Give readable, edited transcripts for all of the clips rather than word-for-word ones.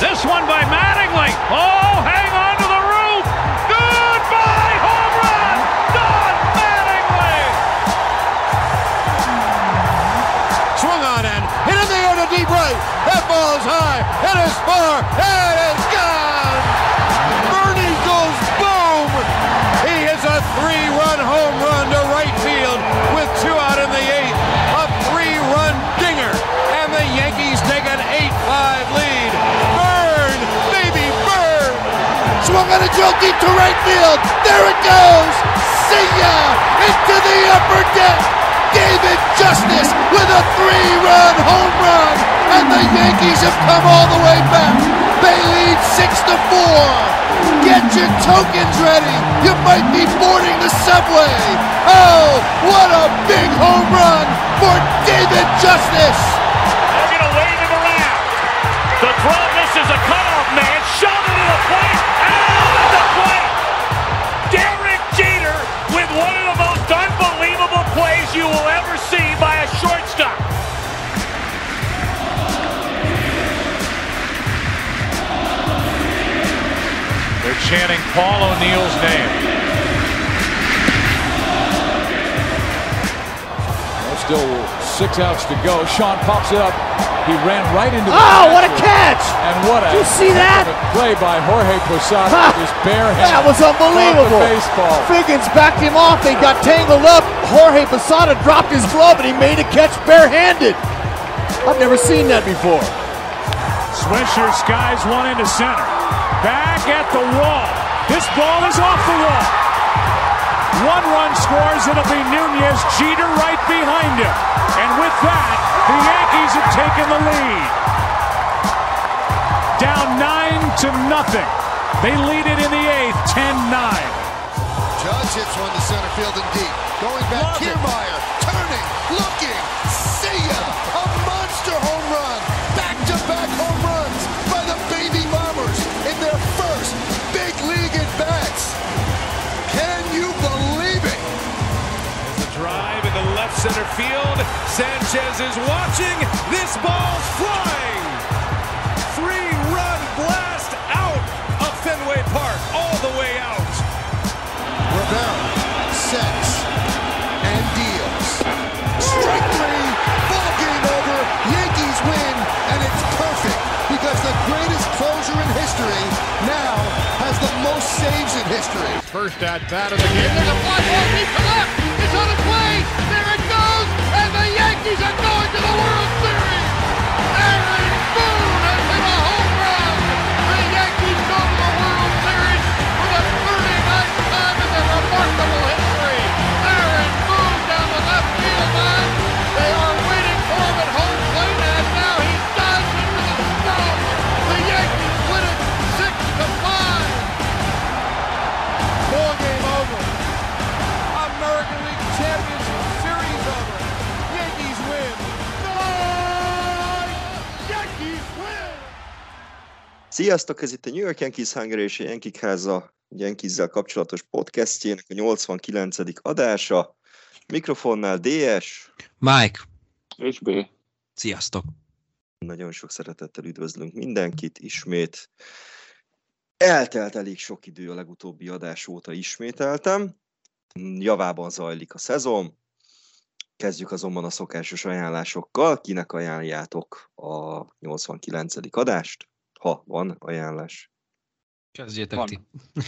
This one by Mattingly. Oh, hang on to the roof. Goodbye, home run. Don Mattingly. Swung on and hit in the air to deep right. That ball is high. It is far. It is gone. Bernie goes boom. He hits a 3-run home run to right field with 2 out in the 8th. A 3-run dinger. And the Yankees take an 8-5 lead. Burn, baby, burn. Swung on a drill deep to right field. There it goes. See ya. Into the upper deck. David Justice with a 3-run home run, and the Yankees have come all the way back. They lead 6-4. Get your tokens ready. You might be boarding the subway. Oh, what a big home run for David Justice. They're going to wave him around. The throw misses a cutoff man. Shot into the plate. Out at the plate. Derek Jeter with one of the most unbelievable plays you will ever see by a shortstop. They're chanting Paul O'Neill's name. Still 6 outs to go. Sean pops it up. He ran right into the what a catch! And what a Did you see that? Play by Jorge Posada with his bare hand. That was unbelievable. Baseball. Figgins backed him off. They got tangled up. Jorge Posada dropped his glove and he made a catch barehanded. I've never seen that before. Swisher skies one into center. Back at the wall. This ball is off the wall. 1 run scores. It'll be Nunez. Jeter right behind him. And with that, the Yankees have taken the lead. Down 9-0. They lead it in the 8th, 10-9. Judge hits one to center field and deep. Going back, Kiermaier, turning, looking, see ya! A monster home run! Back-to-back home runs by the Baby Bombers in their first big league at-bats. Can you believe it? The drive in the left center field. Sanchez is watching. This ball's flying. 3-run blast out of Fenway Park, all the way out. Rivera sets and deals. Strike 3, ball game over. Yankees win, and it's perfect because the greatest closer in history now has the most saves in history. First at bat of the game. There's a fly ball deep to left. It's on its way. There it goes. And the Yankees are going to the World Series. Aaron Boone has hit a home run. The Yankees go to the World Series for the 39th time in their remarkable history. Aaron Boone down the left field line. They are waiting for him at home plate, and now he dives into the stone. The Yankees win it 6-5. Ball game over. American League Championship Series over. Yankees win. Yankees win. Sziasztok, ez itt a New York Yankees Hungary és a Yankee Háza Yankees-zel kapcsolatos podcastjének a 89. adása. Mikrofonnál DS. Mike. És B. Sziasztok. Nagyon sok szeretettel üdvözlünk mindenkit ismét. Eltelt elég sok idő a legutóbbi adás óta, ismételtem. Javában zajlik a szezon. Kezdjük azonban a szokásos ajánlásokkal. Kinek ajánljátok a 89. adást? Ha van ajánlás. Kezdjétek ti.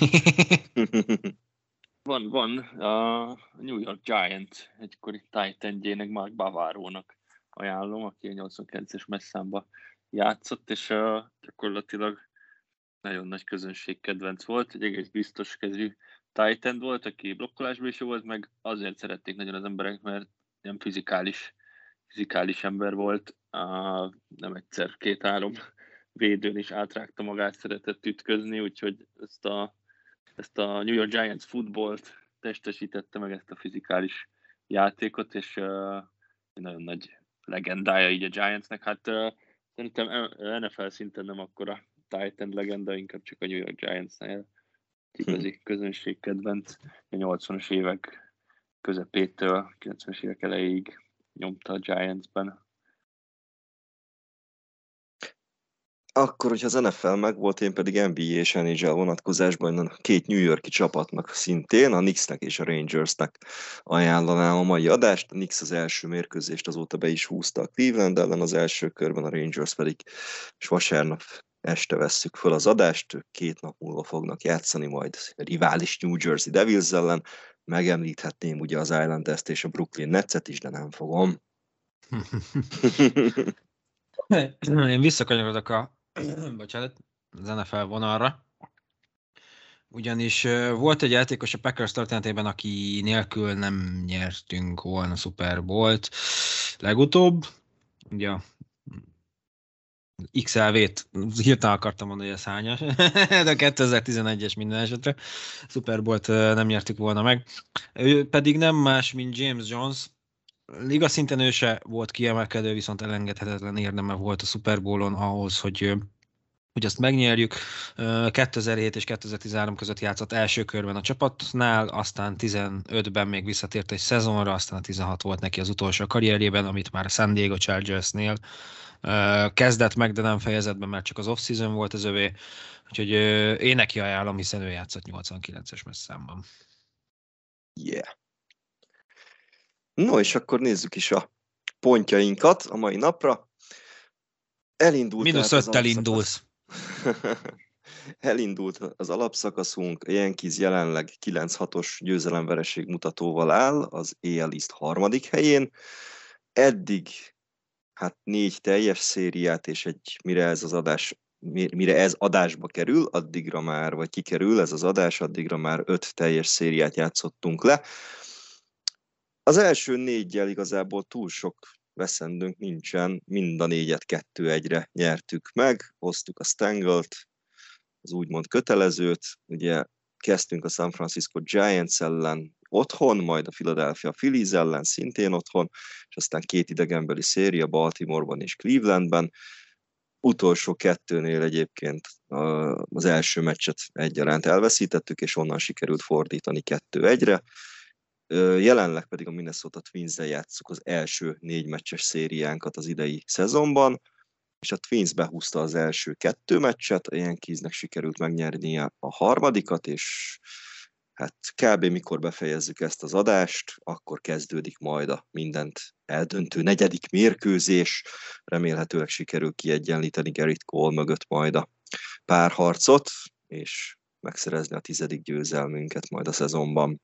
Van. A New York Giants egykori Titanjének, Mark Bavarónak ajánlom, aki a 89-es messzámba játszott, és gyakorlatilag nagyon nagy közönségkedvenc volt, egy egész biztos kezű Titan volt, aki blokkolásban is jó volt, meg azért szerették nagyon az emberek, mert nem fizikális ember volt, nem egyszer 2-3 védőn is átrágta magát, szeretett ütközni, úgyhogy ezt a New York Giants futballt testesítette meg, ezt a fizikális játékot, és nagyon nagy legendája így a Giantsnek. Hát szerintem NFL szinten nem akkora Titan legenda, inkább csak a New York Giantsnél igazi közönségkedvenc. A 80-as évek közepétől 90-es évek elejéig nyomta a Giantsben. Akkor, hogyha az NFL megvolt, én pedig NBA és NHL vonatkozásban a két New York-i csapatnak szintén, a Knicksnek és a Rangersnek ajánlanám a mai adást. A Knicks az első mérkőzést azóta be is húzta a Cleveland ellen az első körben, a Rangers pedig és vasárnap este vesszük föl az adást, ők 2 nap múlva fognak játszani majd rivális New Jersey Devils ellen. Megemlíthetném ugye az Islanders-t és a Brooklyn Netset is, de nem fogom. Én visszakanyarodok az NFL vonalra. Ugyanis volt egy játékos a Packers történetében, aki nélkül nem nyertünk volna Super Bowl-t legutóbb. Ugye XLV-t hirtelen akartam mondani, hogy ez hányas, de 2011-es minden esetre Super Bowl-t nem nyertük volna meg. Ő pedig nem más, mint James Jones. Liga szinten ő se volt kiemelkedő, viszont elengedhetetlen érdeme volt a Super Bowl-on ahhoz, hogy azt megnyerjük. 2007 és 2013 között játszott első körben a csapatnál, aztán 15-ben még visszatért egy szezonra, aztán a 16 volt neki az utolsó karrierjében, amit már a San Diego Chargersnél kezdett meg, de nem fejezett be, mert csak az off-season volt az övé. Úgyhogy én neki ajánlom, hiszen ő játszott 89-es messzámban. Yeah. No, és akkor nézzük is a pontjainkat a mai napra. Elindult -5-tel indulsz. Elindult az alapszakaszunk, a Yankees jelenleg 9-6-os győzelemvereség mutatóval áll az AL East 3. helyén. Eddig 4 teljes szériát, és mire ez adásba kerül, addigra már, vagy kikerül ez az adás, addigra már 5 teljes szériát játszottunk le. Az első 4-jel igazából túl sok veszendőnk nincsen, mind a 4-et 2-1-re nyertük meg, hoztuk a Stanglet, az úgymond kötelezőt, ugye kezdtünk a San Francisco Giants ellen otthon, majd a Philadelphia Phillies ellen szintén otthon, és aztán 2 idegenbeli széria Baltimoreban és Clevelandben. Utolsó 2-nél egyébként az első meccset egyaránt elveszítettük, és onnan sikerült fordítani 2-1-re. Jelenleg pedig a Minnesota Twins-zel játsszuk az első 4 meccses szériánkat az idei szezonban, és a Twins behúzta az első 2 meccset, a Yankeesnek sikerült megnyernie a harmadikat, és kb. Mikor befejezzük ezt az adást, akkor kezdődik majd a mindent eldöntő 4. mérkőzés. Remélhetőleg sikerül kiegyenlíteni Gerrit Cole mögött majd a párharcot, és megszerezni a 10. győzelmünket majd a szezonban.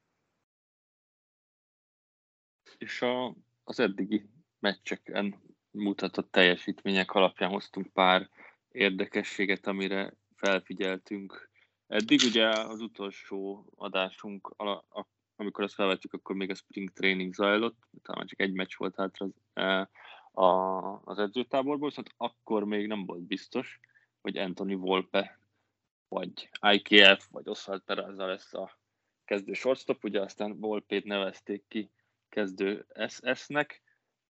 És az eddigi meccseken mutatott teljesítmények alapján hoztunk pár érdekességet, amire felfigyeltünk. Eddig ugye az utolsó adásunk, amikor azt felvettük, akkor még a spring training zajlott, talán csak egy meccs volt hátra az edzőtáborból, viszont akkor még nem volt biztos, hogy Anthony Volpe, vagy IKF, vagy Oswald Peraza lesz a kezdő shortstop, ugye aztán Volpét nevezték ki kezdő SS-nek,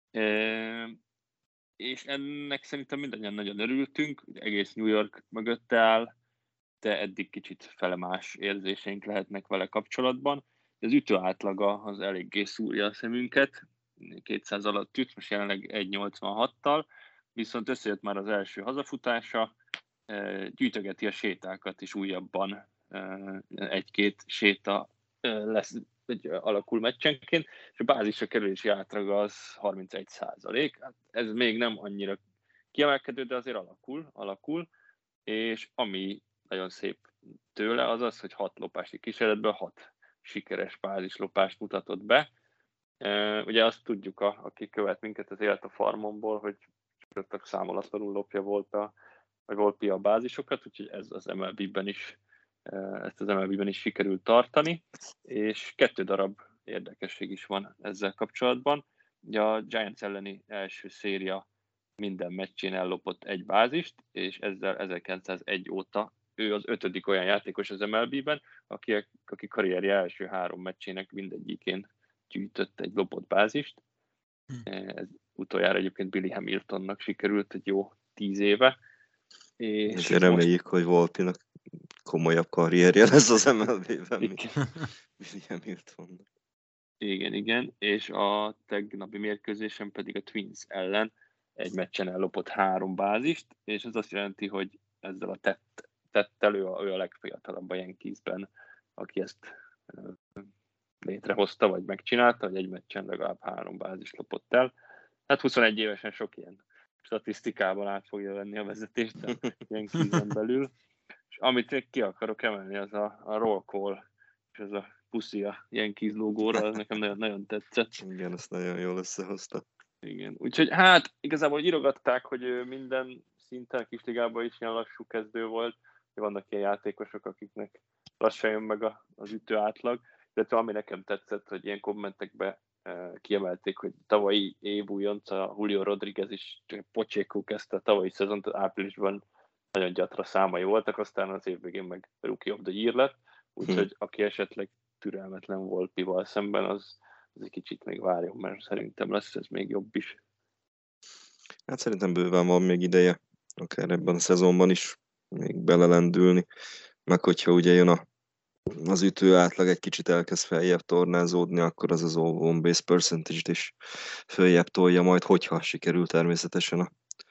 és ennek szerintem mindannyian nagyon örültünk, egész New York mögötte áll, de eddig kicsit felemás érzéseink lehetnek vele kapcsolatban. Az ütő átlaga az eléggé szúrja a szemünket, 200 alatt üt, most jelenleg 1,86-tal, viszont összejött már az első hazafutása, gyűjtögeti a sétákat is újabban, 1-2 séta lesz, alakul meccsenként, és a bázisra kerülési átlaga az 31%. Hát ez még nem annyira kiemelkedő, de azért alakul, és ami nagyon szép tőle az az, hogy 6 lopási kísérletből 6 sikeres bázislopást mutatott be. Ugye azt tudjuk, aki követ minket az Élet a Farmomból, hogy számolatlanul lopja Volpe a bázisokat, úgyhogy ez az MLB-ben is ezt az MLB-ben is sikerült tartani, és 2 darab érdekesség is van ezzel kapcsolatban. Ugye a Giants elleni első széria minden meccsén ellopott 1 bázist, és ezzel 1901 óta ő az 5. olyan játékos az MLB-ben, aki karrierje első 3 meccsének mindegyikén gyűjtött 1 lopott bázist. Ez utoljára egyébként Billy Hamiltonnak sikerült egy jó 10 éve. És reméljük, hogy Volpinak komolyabb karrierje lesz az MLB-ben, mint Billy Hamiltonnak. Igen, és a tegnapi mérkőzésen pedig a Twins ellen egy meccsen ellopott 3 bázist, és ez azt jelenti, hogy ezzel a tettel ő a legfiatalabb a Yankeesben, aki ezt létrehozta, vagy megcsinálta, hogy egy meccsen legalább 3 bázist lopott el. Hát 21 évesen sok ilyen statisztikában át fogja venni a vezetést a Yankeesen belül. És amit ki akarok emelni, az a roll call, és ez a puszi a Yankees logóra, az nekem nagyon, nagyon tetszett. Igen, ezt nagyon jól összehozta. Igen, úgyhogy hát igazából írogatták, hogy minden szinten, kisligában is ilyen lassú kezdő volt, vannak ilyen játékosok, akiknek lassan jön meg az ütő átlag, de ami nekem tetszett, hogy ilyen kommentekben kiemelték, hogy tavalyi év újonca Julio Rodriguez is pocsékul kezdte a tavalyi szezont, áprilisban nagyon gyatra számai voltak, aztán az év végén meg Rookie of the Year lett, úgyhogy aki esetleg türelmetlen Volpival szemben, az egy kicsit még várjon, mert szerintem lesz ez még jobb is. Hát szerintem bőven van még ideje, akár ebben a szezonban is még belelendülni, meg hogyha ugye jön az ütő átlag egy kicsit elkezd feljebb tornázódni, akkor az on base percentage-t is följebb tolja majd, hogyha sikerül természetesen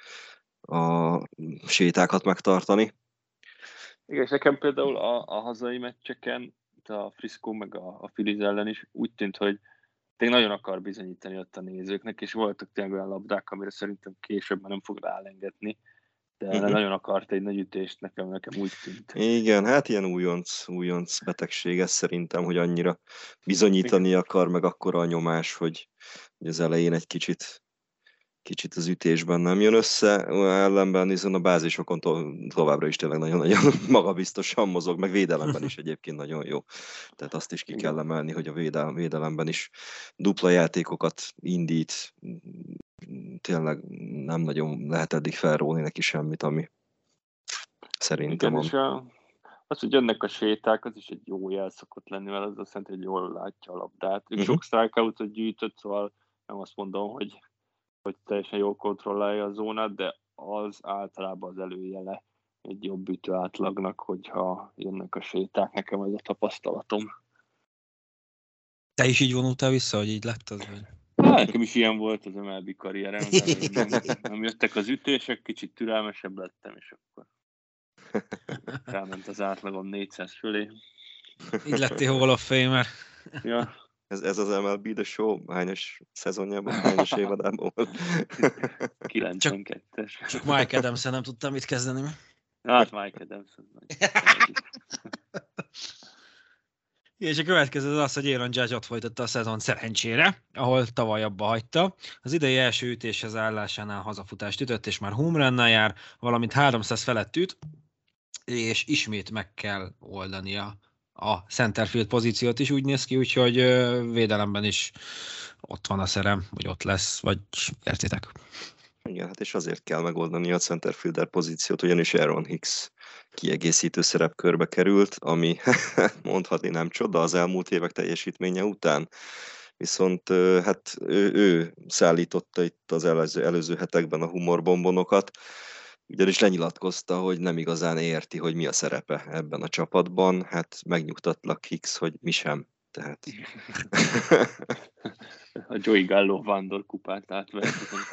a sétákat megtartani. Igen, és nekem például a hazai meccseken, a Frisco meg a Phillies ellen is úgy tűnt, hogy tényleg nagyon akar bizonyítani ott a nézőknek, és voltak tényleg olyan labdák, amire szerintem később már nem fog rálengetni, de nagyon akart egy nagy ütést, nekem úgy tűnt. Igen, hát ilyen újonc betegség ez szerintem, hogy annyira bizonyítani akar, meg akkora a nyomás, hogy az elején egy kicsit az ütésben nem jön össze, ellenben hiszen a bázisokon továbbra is tényleg nagyon-nagyon magabiztosan mozog, meg védelemben is egyébként nagyon jó. Tehát azt is ki kell emelni, hogy a védelemben is dupla játékokat indít, tényleg nem nagyon lehet eddig felrólni neki semmit, ami szerintem igen, van. Az, hogy jönnek a séták, az is egy jó jel szokott lenni, mert az azt jelenti, hogy jól látja a labdát. Sok strikeoutot gyűjtött, szóval nem azt mondom, hogy teljesen jól kontrollálja a zónát, de az általában az előjele egy jobb ütő átlagnak, hogyha jönnek a séták, nekem ez a tapasztalatom. Te is így vonultál vissza, hogy így lett az? Vagy? Nekem is ilyen volt az MLB karrierem, nem jöttek az ütések, kicsit türelmesebb lettem, és akkor ráment az átlagom 400 fölé. Így lettél Hall of Famer. Ja. Ez az MLB The Show hányos szezonjában, hányos évadában volt? 92-es. Csak Mike Adams-en nem tudtam mit kezdeni. Hát Mike Adams. És a következő az, hogy Aaron Judge ott folytatta a szezon szerencsére, ahol tavaly abba hagyta. Az idei első ütéshez állásánál hazafutást ütött, és már home runnal jár, valamint 300 felett üt, és ismét meg kell oldania a centerfield pozíciót is, úgy néz ki, úgyhogy védelemben is ott van a szerem, vagy ott lesz, vagy értitek. Igen, hát és azért kell megoldani a centerfielder pozíciót, ugyanis Aaron Hicks kiegészítő szerepkörbe került, ami mondhatni nem csoda az elmúlt évek teljesítménye után. Viszont hát ő szállította itt az előző hetekben a humorbombonokat, ugyanis lenyilatkozta, hogy nem igazán érti, hogy mi a szerepe ebben a csapatban. Hát megnyugtatlak, Hicks, hogy mi sem. Tehát... A Joey Gallo Vándor kupát átvett.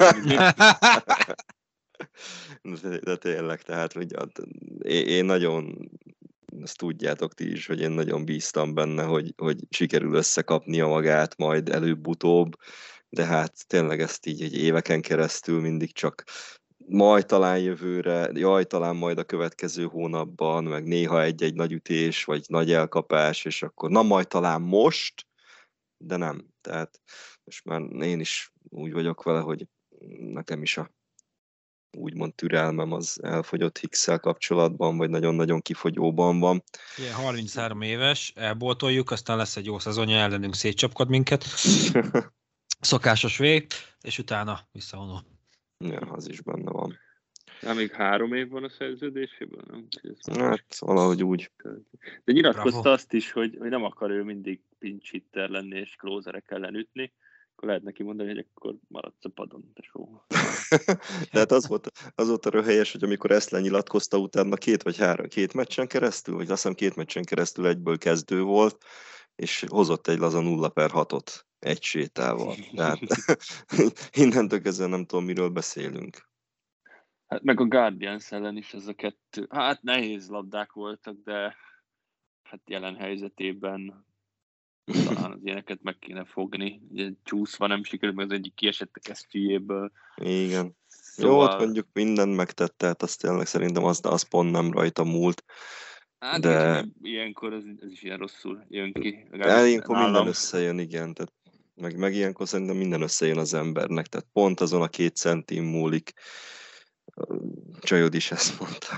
De tényleg, tehát hogy én nagyon, ezt tudjátok ti is, hogy én nagyon bíztam benne, hogy sikerül összekapnia magát majd előbb-utóbb, de hát tényleg ezt így egy éveken keresztül mindig csak majd talán jövőre, jaj, talán majd a következő hónapban, meg néha egy-egy nagy ütés, vagy nagy elkapás, és akkor na majd talán most, de nem. Tehát most már én is úgy vagyok vele, hogy nekem is a úgymond türelmem az elfogyott Hicks-szel kapcsolatban, vagy nagyon-nagyon kifogyóban van. Igen, 33 éves, elboltoljuk, aztán lesz egy jó szezonja, ellenünk szétcsapkod minket. Szokásos vég, és utána visszavonul. Ja, az is benne van. Még 3 év van a szerződésében, nem? Hát valahogy úgy. De nyilatkozta azt is, hogy nem akar ő mindig pinch hitter lenni és closerek ellen ütni, akkor lehet neki mondani, hogy akkor maradsz a padon, tesó. De hát az volt a röhelyes, hogy amikor ezt lenyilatkozta, utána 2 meccsen keresztül, vagy azt hiszem 2 meccsen keresztül egyből kezdő volt, és hozott egy laza 0/6-ot. egy sétával. Tehát innentől kezdve nem tudom, miről beszélünk. Hát meg a Guardians ellen is ez a kettő. Hát nehéz labdák voltak, de hát jelen helyzetében talán az ilyeneket meg kéne fogni. Ugye csúszva nem sikerült, meg az egyik kiesett a kesztyűjéből. Igen. Szóval... Jó, ott mondjuk mindent megtett, tehát azt tényleg szerintem az pont nem rajta múlt. Hát de ilyenkor ez is ilyen rosszul jön ki. Ilyenkor minden összejön, igen. Tehát meg ilyenkor szerintem minden összejön az embernek. Tehát pont azon a 2 centin múlik. Csajod is ezt mondta.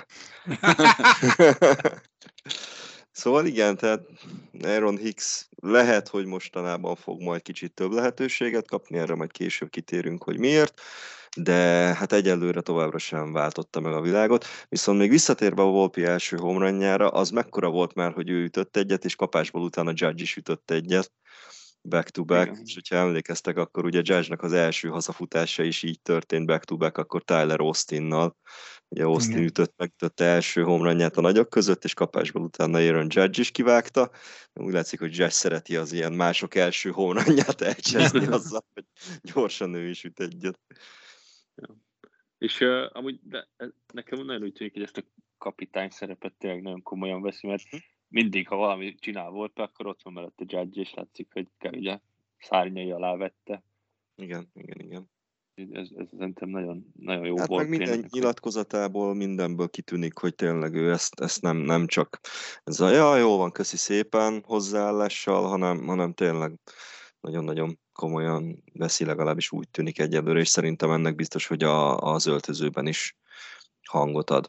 Szóval igen, tehát Aaron Hicks lehet, hogy mostanában fog majd kicsit több lehetőséget kapni, erre majd később kitérünk, hogy miért, de hát egyelőre továbbra sem váltotta meg a világot. Viszont még visszatérve a Volpe első home runjára, az mekkora volt már, hogy ő ütött egyet, és kapásból utána Judge is ütött egyet, back-to-back, és hogyha emlékeztek, akkor ugye Judge-nak az első hazafutása is így történt back-to-back, akkor Tyler Austinnal. Ugye Austin megütötte első home runját a nagyok között, és kapásból utána Aaron Judge is kivágta. Úgy látszik, hogy Judge szereti az ilyen mások első home runját elcsezni azzal, hogy gyorsan ő is üt egyet. Ja. És amúgy nekem nagyon úgy tűnik, hogy ezt a kapitány szerepet tényleg nagyon komolyan veszi, mert mindig, ha valami csinál volt, akkor ott van mellett a Judge, és látszik, hogy ugye szárnyai alá vette. Igen. Ez szerintem nagyon, nagyon jó hát volt. Meg minden nyilatkozatából, mindenből kitűnik, hogy tényleg ő ezt nem csak ez a jó van, köszi szépen hozzáállással, hanem tényleg nagyon-nagyon komolyan veszi, legalábbis úgy tűnik egyelőre, és szerintem ennek biztos, hogy az öltözőben is hangot ad.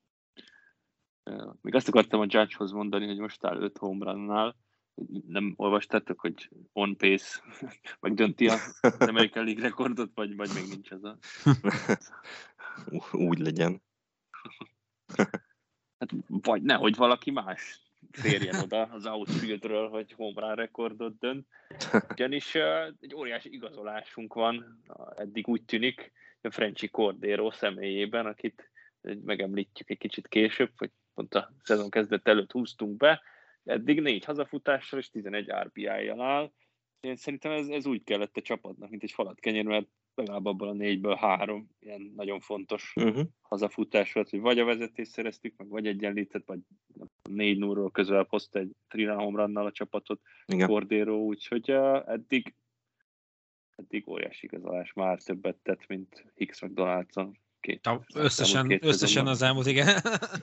Még azt akartam a Judge-hoz mondani, hogy most áll 5 home runnál. Nem olvastátok, hogy on pace megdönti az American League rekordot, vagy még nincs ez a... Úgy legyen. Hát, vagy nehogy valaki más férjen oda az outfieldről, hogy home run rekordot dönt. Ugyanis egy óriási igazolásunk van, eddig úgy tűnik, a Frenchy Cordero személyében, akit megemlítjük egy kicsit később, hogy pont a szezon kezdet előtt húztunk be. Eddig 4 hazafutással és 11 RBI-jal áll. Én szerintem ez úgy kellett a csapatnak, mint egy falat kenyér, mert legalább abban a 4-ből 3 ilyen nagyon fontos hazafutás volt, hogy vagy a vezetést szereztük, meg vagy egyenlített, vagy 4-0-ról közel hozta egy 3-run home runnal a csapatot, Cordero, úgyhogy eddig óriási igazolás, már többet tett, mint Hicks meg Donaldson. Összesen az elmúlt, igen.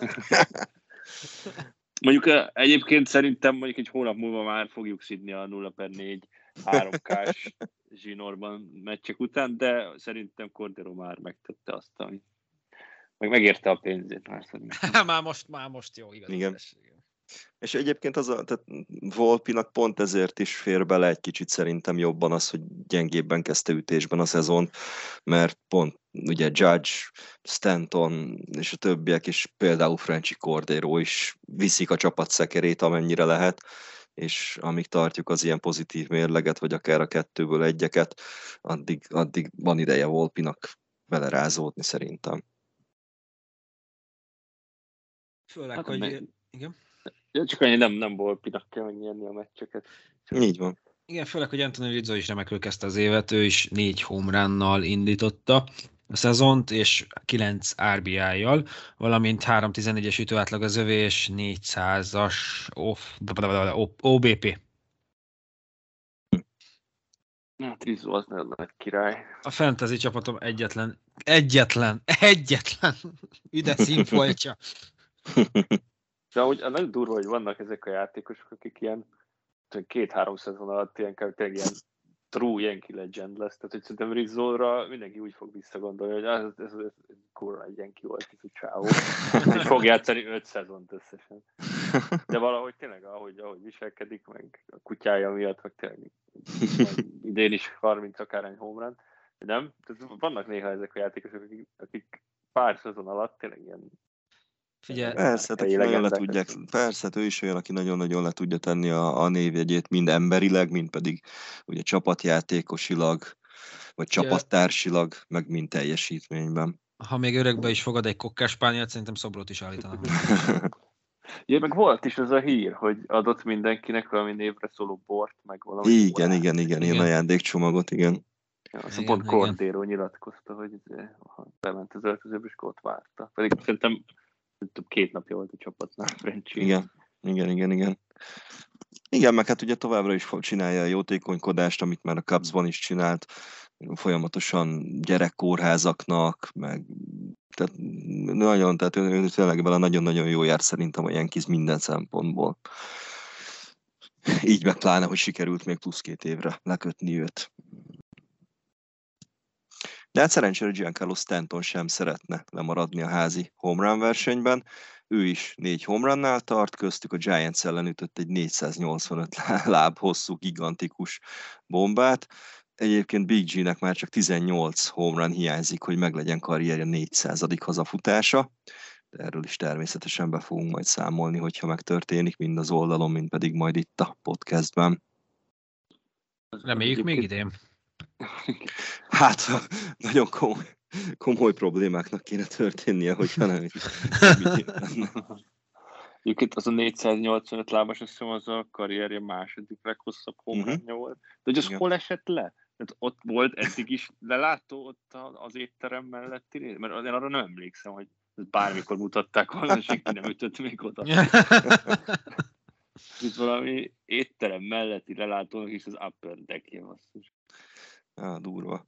Mondjuk egyébként szerintem mondjuk egy hónap múlva már fogjuk szidni a 0/4 3K-s zsinórban meccsek után, de szerintem Cordero már megtette azt, amit megérte a pénzét már szerintem. már most jó, igaz. Igen. És egyébként tehát Volpinak pont ezért is fér bele egy kicsit szerintem jobban az, hogy gyengébben kezdte ütésben a szezon, mert pont ugye Judge, Stanton és a többiek is, például Frenchy Cordero is viszik a csapat szekerét, amennyire lehet, és amíg tartjuk az ilyen pozitív mérleget, vagy akár a 2-ből 1-eket, addig van ideje Volpinak belerázódni szerintem. Főleg, hát, hogy... Igen? Csak annyi nem Volpinak kell megnyerni a meccseket. Így van. Igen, főleg, hogy Anthony Rizzo is remekül kezdte az évet, ő is 4 home runnal indította a szezont, és 9 RBI-jal, valamint 3.14-es ütőátlag az övé, és 400-as OBP. Hát Rizzo az nagyon nagy király. A fantasy csapatom egyetlen üde színfoltja. De ahogy nagyon durva, hogy vannak ezek a játékosok, akik ilyen 2-3 szezon alatt ilyen true Yankee legend lesz. Tehát, hogy szerintem Rizzóra mindenki úgy fog visszagondolni, hogy ez kurva egy Yankee volt, ez a csávó. És fog játszani 5 szezont összesen. De valahogy tényleg, ahogy viselkedik, meg a kutyája miatt, meg tényleg idén is 30 akárhány home run. Nem? Tehát vannak néha ezek a játékosok, akik pár szezon alatt tényleg ilyen Persze, ő is olyan, aki nagyon-nagyon le tudja tenni a névjegyét, mind emberileg, mind pedig ugye csapatjátékosilag, vagy csapattársilag, meg mind teljesítményben. Ha még örökbe is fogad egy kokkáspányát, szerintem Szobrot is állítanak. Ja, meg volt is az a hír, hogy adott mindenkinek valami névre szóló bort, meg valami Igen, ilyen ajándékcsomagot, igen. Ja, azt pont Cordero nyilatkozta, hogy bement az öltözőbe, és ott várta. Pedig szerintem 2 napja volt a csapatnál Frenchy. Igen. Igen, meg hát ugye továbbra is csinálja a jótékonykodást, amit már a Cubsban is csinált, folyamatosan gyerekkórházaknak, meg tehát ő tényleg vele nagyon-nagyon jó jár szerintem a Yankees minden szempontból. Így meg pláne, hogy sikerült még plusz 2 évre lekötni őt. De hát szerencsére Giancarlo Stanton sem szeretne lemaradni a házi home run versenyben. Ő is 4 home runnál tart, köztük a Giants ellen ütött egy 485 láb hosszú, gigantikus bombát. Egyébként Big G-nek már csak 18 home run hiányzik, hogy meglegyen karrierje 400. hazafutása. De erről is természetesen be fogunk majd számolni, hogyha megtörténik, mind az oldalon, mind pedig majd itt a podcastben. Reméljük még idén. Hát, nagyon komoly problémáknak kéne történnie, hogyha nem Egyébként az a 485 lábas, azt hiszem, az a karrierje második leghosszabb home-runja volt. De hogy az hol esett le? Tehát ott volt eddig is lelátó ott az étterem melletti rész? Mert én arra nem emlékszem, hogy bármikor mutatták volna, és senki nem ütött még oda. Itt valami étterem melletti lelátónak is az upper deckje basszus. Durva.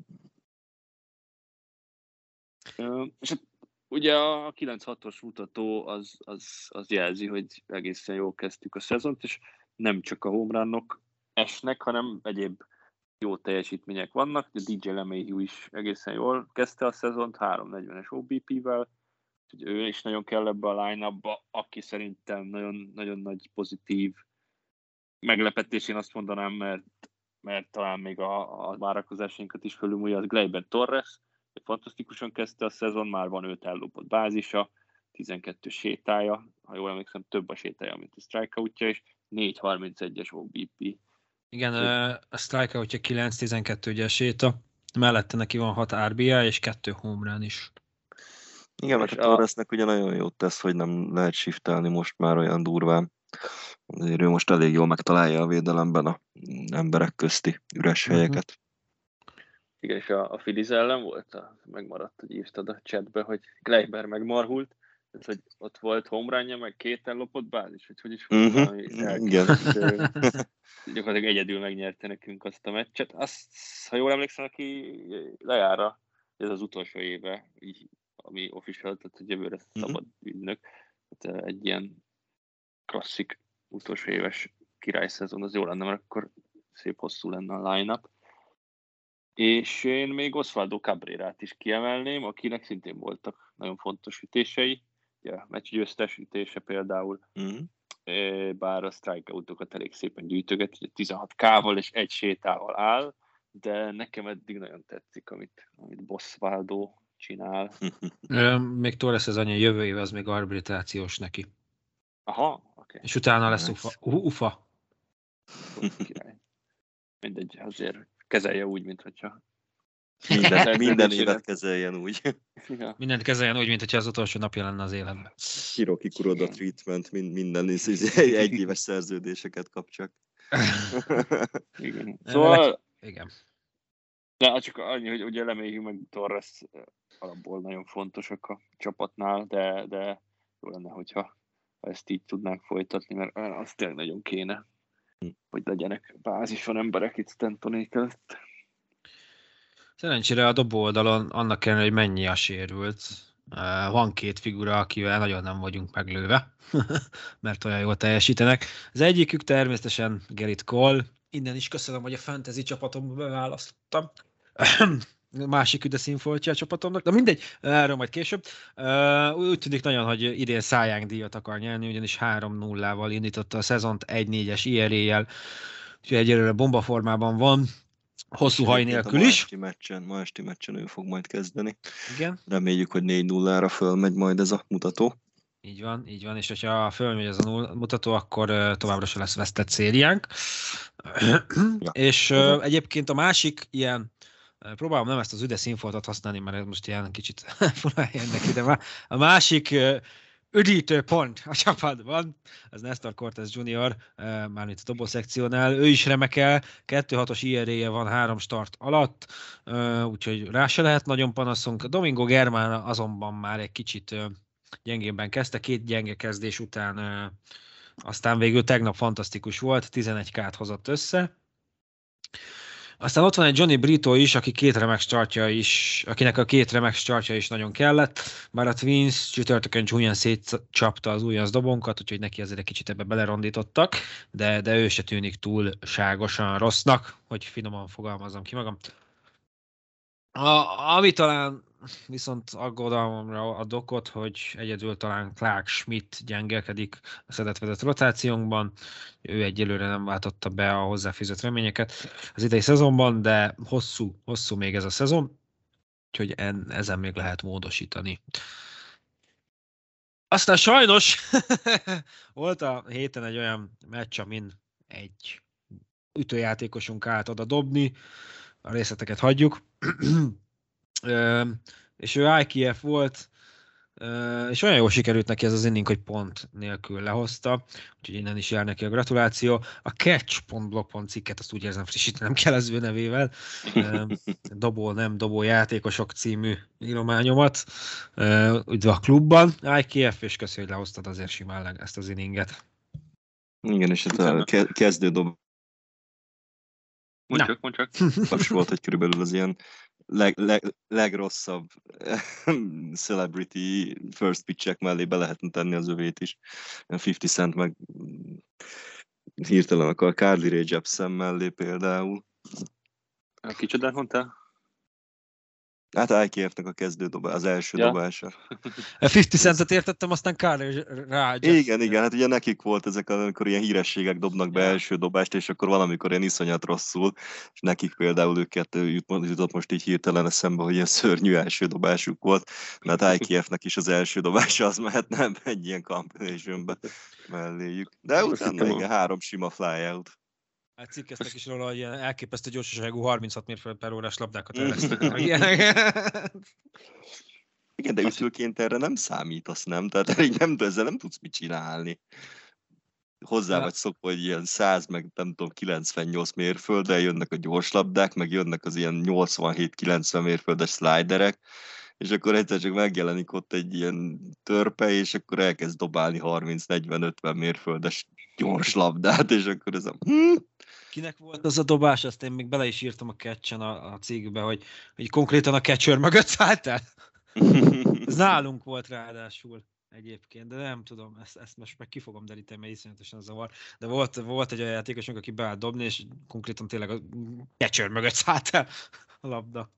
És ugye a 9-6-os mutató az jelzi, hogy egészen jól kezdtük a szezont, és nem csak a home runok esnek, hanem egyéb jó teljesítmények vannak. A DJ LeMahieu is egészen jól kezdte a szezont, 340-es OBP-vel, úgyhogy ő is nagyon kell ebbe a line-upba, aki szerintem nagyon, nagyon nagy pozitív meglepetés, én azt mondanám, mert talán még a várakozásainkat is fölülmúlja, az Gleyber Torres, fantasztikusan kezdte a szezon, már van 5 ellopott bázisa, 12 sétája, ha jól emlékszem, több a sétája, mint a strikeoutja, és 4.31-es OBP. Igen, a strikeoutja 9-12 ugye a séta, mellette neki van 6 RBI és 2 home run is. Igen, mert a Torresnek ugye nagyon jót tesz, hogy nem lehet shiftelni most már olyan durván. Azért ő most elég jól megtalálja a védelemben a emberek közti üres helyeket. Igen, és a Phillies ellen volt, megmaradt, hogy írtad a chatbe, hogy Gleyber megmarhult, tehát, hogy ott volt home runja, meg 2 ellopott bázis, hogy is volt valami igen. Gyakorlatilag egyedül megnyerte nekünk azt a meccset. Azt, ha jól emlékszem, aki lejára, ez az utolsó éve, így, ami official, tehát hogy jövőre szabad ügynök. Tehát egy ilyen klasszik utolsó éves királyszezon, az jó lenne, mert akkor szép hosszú lenne a line-up. És én még Osvaldo Cabrerát is kiemelném, akinek szintén voltak nagyon fontos ütései. Ugye a meccsgyőztes ütése például, bár a strikeoutokat elég szépen gyűjtöget, 16 K-val és 1 sétával áll, de nekem eddig nagyon tetszik, amit Osvaldo csinál. Még Torres az anya, jövő év az még arbitrációs neki. Aha, oké. És utána lesz ufa. Mindegy, azért kezelje úgy, mint hogyha... Minden évet kezeljen úgy. Ja. Mindent kezeljen úgy, mint hogyha az utolsó napja lenne az életben. Hiroki Kuroda treatment, minden egyéves szerződéseket kap csak. Igen. Szóval... Igen. De csak annyi, hogy ugye LeMahieu meg Torres alapból nagyon fontosak a csapatnál, de jó lenne, hogyha ezt így tudnánk folytatni, mert az tényleg nagyon kéne, hogy legyenek bázison emberek itt Stantonék előtt. Szerencsére a dobó oldalon annak ellenére, hogy mennyi a sérült. Van 2 figura, akivel nagyon nem vagyunk meglőve, mert olyan jól teljesítenek. Az egyikük természetesen Gerrit Cole. Innen is köszönöm, hogy a fantasy csapatomba beválasztottam. Másik üde színfoltja a csapatomnak, de mindegy, erről majd később. Úgy tűnik nagyon, hogy idén Cy Young díjat akar nyerni, ugyanis 3-0-val indította a szezont, 1-4-es IRA-jel, úgyhogy egyelőre bombaformában van, hosszú haj nélkül is. Ma esti meccsen ő fog majd kezdeni. Igen. Reméljük, hogy 4-0-ra fölmegy majd ez a mutató. Így van, és hogyha fölmegy ez a mutató, akkor továbbra sem lesz vesztett szériánk. Ja. És egyébként a másik ilyen, próbálom nem ezt az üde színfoltot használni, mert ez most ilyen kicsit furán jön neki, de a másik üdítő pont a csapatban, az Nestor Cortez Jr., mármint a dobó szekciónál, ő is remekel, 2-6-os ERA-je van 3 start alatt, úgyhogy rá se lehet nagyon panaszunk. Domingo Germán azonban már egy kicsit gyengébben kezdte, 2 gyenge kezdés után, aztán végül tegnap fantasztikus volt, 11K-t hozott össze. Aztán ott van egy Johnny Brito is, akinek a 2 remek startja is nagyon kellett, bár a Twins csütörtökön csúnyán szétcsapta az újonc dobónkat, úgyhogy neki azért egy kicsit ebbe belerondítottak, de ő se tűnik túlságosan rossznak, hogy finoman fogalmazom ki magam. Ami talán viszont aggodalomra ad okot, hogy egyedül talán Clark Schmidt gyengelkedik a szedett-vedett rotációnkban. Ő egyelőre nem váltotta be a hozzáfűzött reményeket az idei szezonban, de hosszú még ez a szezon, úgyhogy ezen még lehet módosítani. Aztán sajnos volt a héten egy olyan meccs, amin egy ütőjátékosunk állt oda dobni, a részleteket hagyjuk, és ő IKF volt, és olyan jól sikerült neki ez az inning, hogy pont nélkül lehozta, úgyhogy innen is jár neki a gratuláció. A Catch.blog.com cikket azt úgy érzem frissítenem kell az ő nevével, dobó, nem dobó játékosok című írományomat, üdv a klubban, IKF, és köszi, hogy lehoztad azért simán ezt az inninget. Igen, és a kezdő dob Mondj csak. Most volt, hogy körülbelül az ilyen legrosszabb celebrity first pitch-ek mellé be lehetne tenni az övét is. 50 Cent meg hirtelen akar Carly Rae Jepsen mellé például. Kicsodát mondtál? Hát IKF-nek a kezdő az első dobása. 50 Centet értettem, aztán Carly Rae Jepsen. Igen, hát ugye nekik volt ezek, amikor ilyen hírességek dobnak be első dobást, és akkor valamikor ilyen iszonyat rosszul, és nekik például őket jutott most így hirtelen eszembe, hogy ilyen szörnyű első dobásuk volt, mert hát IKF-nek is az első dobása az mehetne egy ilyen combinationbe melléjük. De utána igen, 3 sima flyout. Hát cikkeztek is róla, hogy ilyen elképesztő gyorsaságú 36 mérföld per órás labdákat eresztek. Igen, de ütőként erre nem számítasz, nem? Tehát ezzel nem tudsz mit csinálni. Hozzá vagy szokva, hogy ilyen 100 meg nem tudom 98 mérfölddel jönnek a gyors labdák, meg jönnek az ilyen 87-90 mérföldes sliderek, és akkor egyszer csak megjelenik ott egy ilyen törpe, és akkor elkezd dobálni 30-40-50 mérföldes gyors labdát, és akkor ez a... Kinek volt az a dobás? Azt én még bele is írtam a catchen a cikkbe, hogy konkrétan a catcher mögött szállt el. Ez nálunk volt ráadásul egyébként, de nem tudom, ezt most meg ki fogom deríteni, mert iszonyatosan zavar. De volt egy olyan játékosunk, aki beállt dobni, és konkrétan tényleg a catcher mögött szállt el a labda.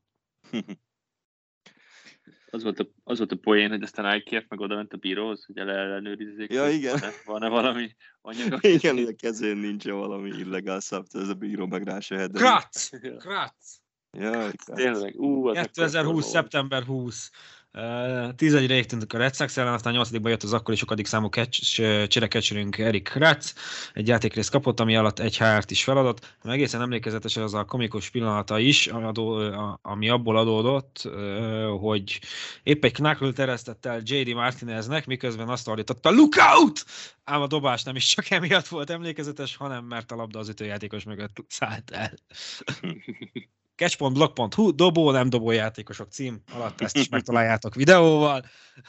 Az volt a poén, hogy aztán IKF meg oda ment a bíróhoz, hogy ellenőrizzék. Ja, igen. Van-e valami anyag? Igen, a kezén nincs valami illegál substance, ez a bíró meg rá se hedden. Kratz! Jaj, tényleg. 2020. szeptember 20. 11-re égtünk a Red Sox ellen, aztán 8-ba jött az akkori sokadik számú cserekecserünk Erik Kratz. Egy játékrészt kapott, ami alatt egy HR-t is feladott. Egészen emlékezetes az a komikus pillanata is, ami abból adódott, hogy épp egy knuckle teresztett el J.D. Martineznek, miközben azt ordította, look out! Ám a dobás nem is csak emiatt volt emlékezetes, hanem mert a labda az ütőjátékos mögött szállt el. Catch.blog.hu, dobó, nem dobó játékosok cím alatt ezt is megtaláljátok videóval.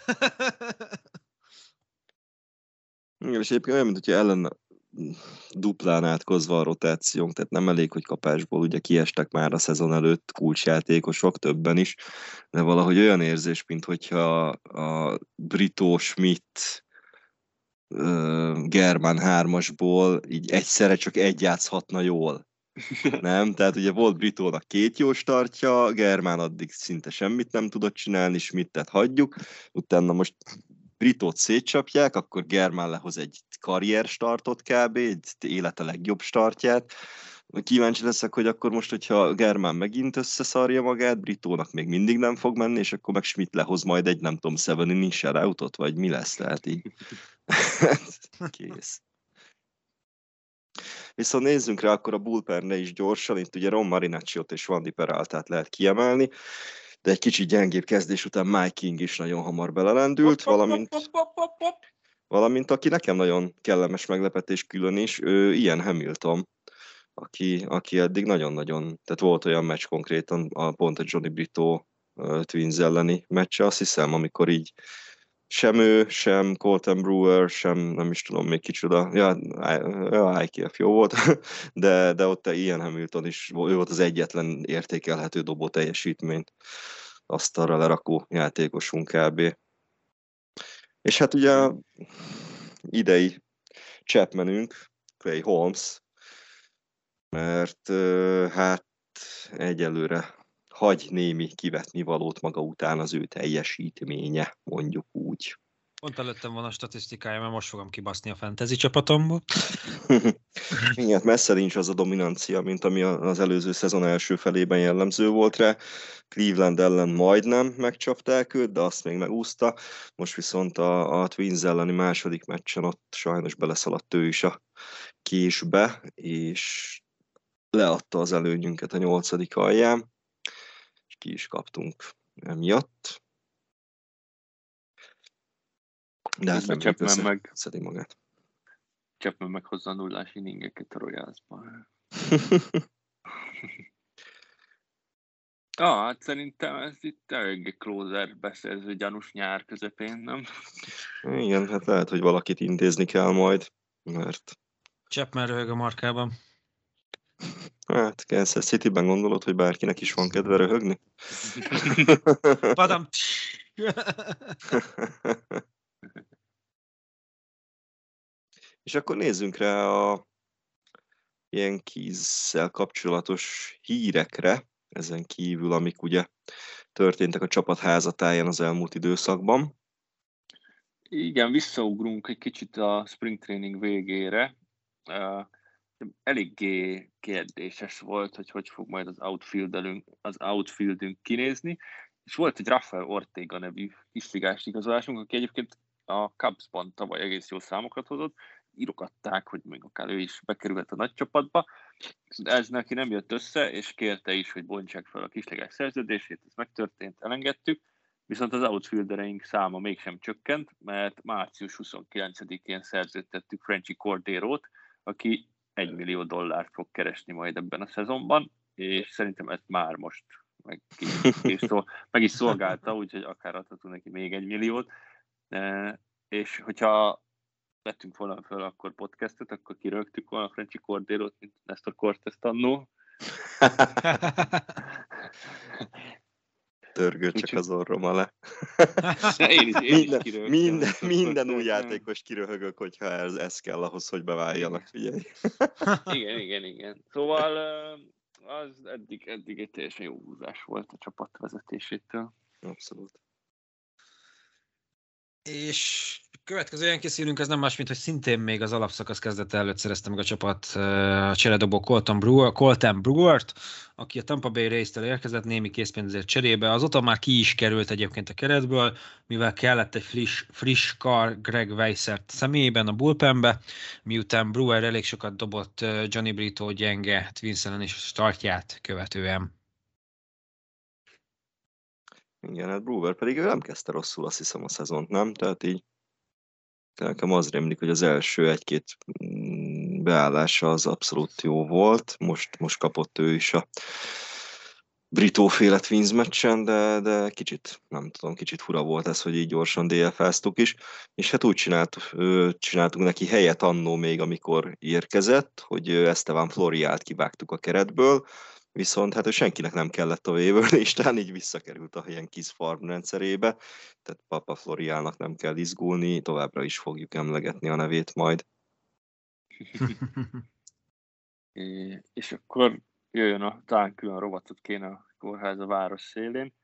Igen, és egyébként olyan, mint hogyha ellen duplán átkozva a rotációnk, tehát nem elég, hogy kapásból ugye kiestek már a szezon előtt kulcsjátékosok, többen is, de valahogy olyan érzés, mint hogyha a Brito, Schmidt, Germán 3-asból így egyszerre csak egy játszhatna jól. Nem? Tehát ugye volt Britónak 2 jó startja, Germán addig szinte semmit nem tudott csinálni, Schmidtet hagyjuk, utána most Britót szétcsapják, akkor Germán lehoz egy karrier startot kb, egy élete legjobb startját. Kíváncsi leszek, hogy akkor most, hogyha Germán megint összeszarja magát, Britónak még mindig nem fog menni, és akkor meg Schmidt lehoz majd egy, nem tudom, 7 inning shutoutot, vagy mi lesz, tehát így. Kész. Viszont nézzünk rá akkor a bullpenre is gyorsan, itt ugye Ron Marinacciot és Wandy Peraltát lehet kiemelni. de egy kicsit gyengébb kezdés után Mike King is nagyon hamar belelendült, valamint aki nekem nagyon kellemes meglepetés külön is, ő Ian Hamilton, aki eddig nagyon-nagyon, tehát volt olyan meccs konkrétan, pont a Johnny Brito Twins elleni meccse, azt hiszem, amikor így sem ő, sem Colton Brewer, sem nem is tudom még kicsoda, IKF jó volt, de ott Ian Hamilton is, ő volt az egyetlen értékelhető dobó teljesítményt asztalra lerakó játékosunk kb. És hát ugye idei Chapmanünk, Clay Holmes, mert hát egyelőre hagy némi kivetni valót maga után az ő teljesítménye, mondjuk úgy. Pont előttem van a statisztikája, mert most fogom kibaszni a fantasy csapatomból. Igen, messze nincs az a dominancia, mint ami az előző szezon első felében jellemző volt rá. Cleveland ellen majdnem megcsapták őt, de azt még megúszta. Most viszont a Twins elleni második meccsen ott sajnos beleszaladt ő is a késbe, és leadta az előnyünket a 8. alján, és ki is kaptunk emiatt. De hát nem szedi magát. Chapman meg hozza a 0 inningeket a Royalsban. Hát szerintem ez itt eléggé closer beszerző gyanús nyár közepén, nem? Igen, hát lehet, hogy valakit intézni kell majd, mert... Chapman röhög a markában. Hát Kansas Cityben gondolod, hogy bárkinek is van kedve röhögni? Padam! És akkor nézzünk rá a Yankees-szel kapcsolatos hírekre, ezen kívül, amik ugye történtek a csapat házatáján az elmúlt időszakban. Igen, visszaugrunk egy kicsit a spring training végére. Eléggé kérdéses volt, hogy fog majd az outfieldünk kinézni, és volt egy Rafael Ortega nevű kisligás igazolásunk, aki egyébként a Cubsban tavaly egész jó számokat hozott, írogatták, hogy még akár ő is bekerülhet a nagy csapatba. Ez neki nem jött össze, és kérte is, hogy bontsák fel a kisligás szerződését, ez megtörtént, elengedtük, viszont az outfieldereink száma mégsem csökkent, mert március 29-én szerződtettük Frenchy Corderót, aki $1 millió fog keresni majd ebben a szezonban, és szerintem ezt már most meg is szolgálta, úgyhogy akár adhatunk neki még $1 milliót. És hogyha vettünk volna föl akkor podcastet, akkor kirögtük volna Frenchy Corderót, mint Nestor Cortez-t annó. Törgő csak az orrom alá. Minden új játékos kiröhögök, hogyha ez kell ahhoz, hogy beváljanak, figyelj. Igen. Szóval az eddig egy teljesen jó húzás volt a csapat vezetésétől. Abszolút. És következő ilyen készülünk, ez nem más, mint hogy szintén még az alapszakasz kezdete előtt szerezte meg a csapat a cseredobó Colton Brewert, aki a Tampa Bay Rays-től érkezett némi készpénzért cserébe. Azóta már ki is került egyébként a keretből, mivel kellett egy friss kar Greg Weissert személyében a bullpenbe, miután Brewer elég sokat dobott Johnny Brito gyenge Twins ellen és startját követően. Igen, hát Brewer pedig ő nem kezdte rosszul, azt hiszem, a szezont, nem? Tehát így nekem az rémlik, hogy az első egy-két beállása az abszolút jó volt. Most kapott ő is a Brito-féle Twins meccsen, de kicsit fura volt ez, hogy így gyorsan DFA-ztuk is. És hát úgy csináltuk neki helyet annó még, amikor érkezett, hogy Esteban Florialt kivágtuk a keretből, viszont hát ő senkinek nem kellett a waiver listán, így visszakerült a Yankees farm rendszerébe, tehát Papa Florialnak nem kell izgulni, továbbra is fogjuk emlegetni a nevét majd. És akkor jöjjön talán külön rovatot kéne a kórház a város szélén.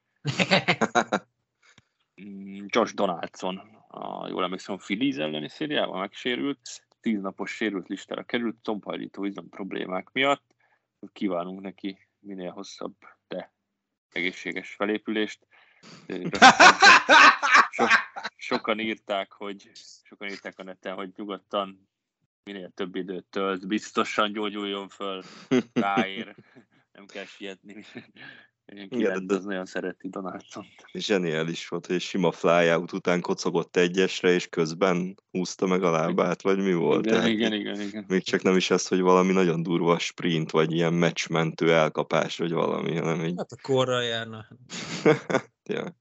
Josh Donaldson, jól emlékszem, a Phillies elleni szériában megsérült, 10 napos sérült listára került, combhajlító izom problémák miatt. Kívánunk neki minél hosszabb, de egészséges felépülést. Sokan írták a neten, hogy nyugodtan minél több időt tölt, biztosan gyógyuljon föl, ráér, nem kell sietni, Igen, az nagyon szereti Donaldson. Zseniális volt, hogy sima flyout után kocogott egyesre, és közben húzta meg a lábát, vagy mi volt? Igen. Még csak nem is az, hogy valami nagyon durva sprint, vagy ilyen meccsmentő elkapás, vagy valami, hanem így... Hát a korral járna. Ja.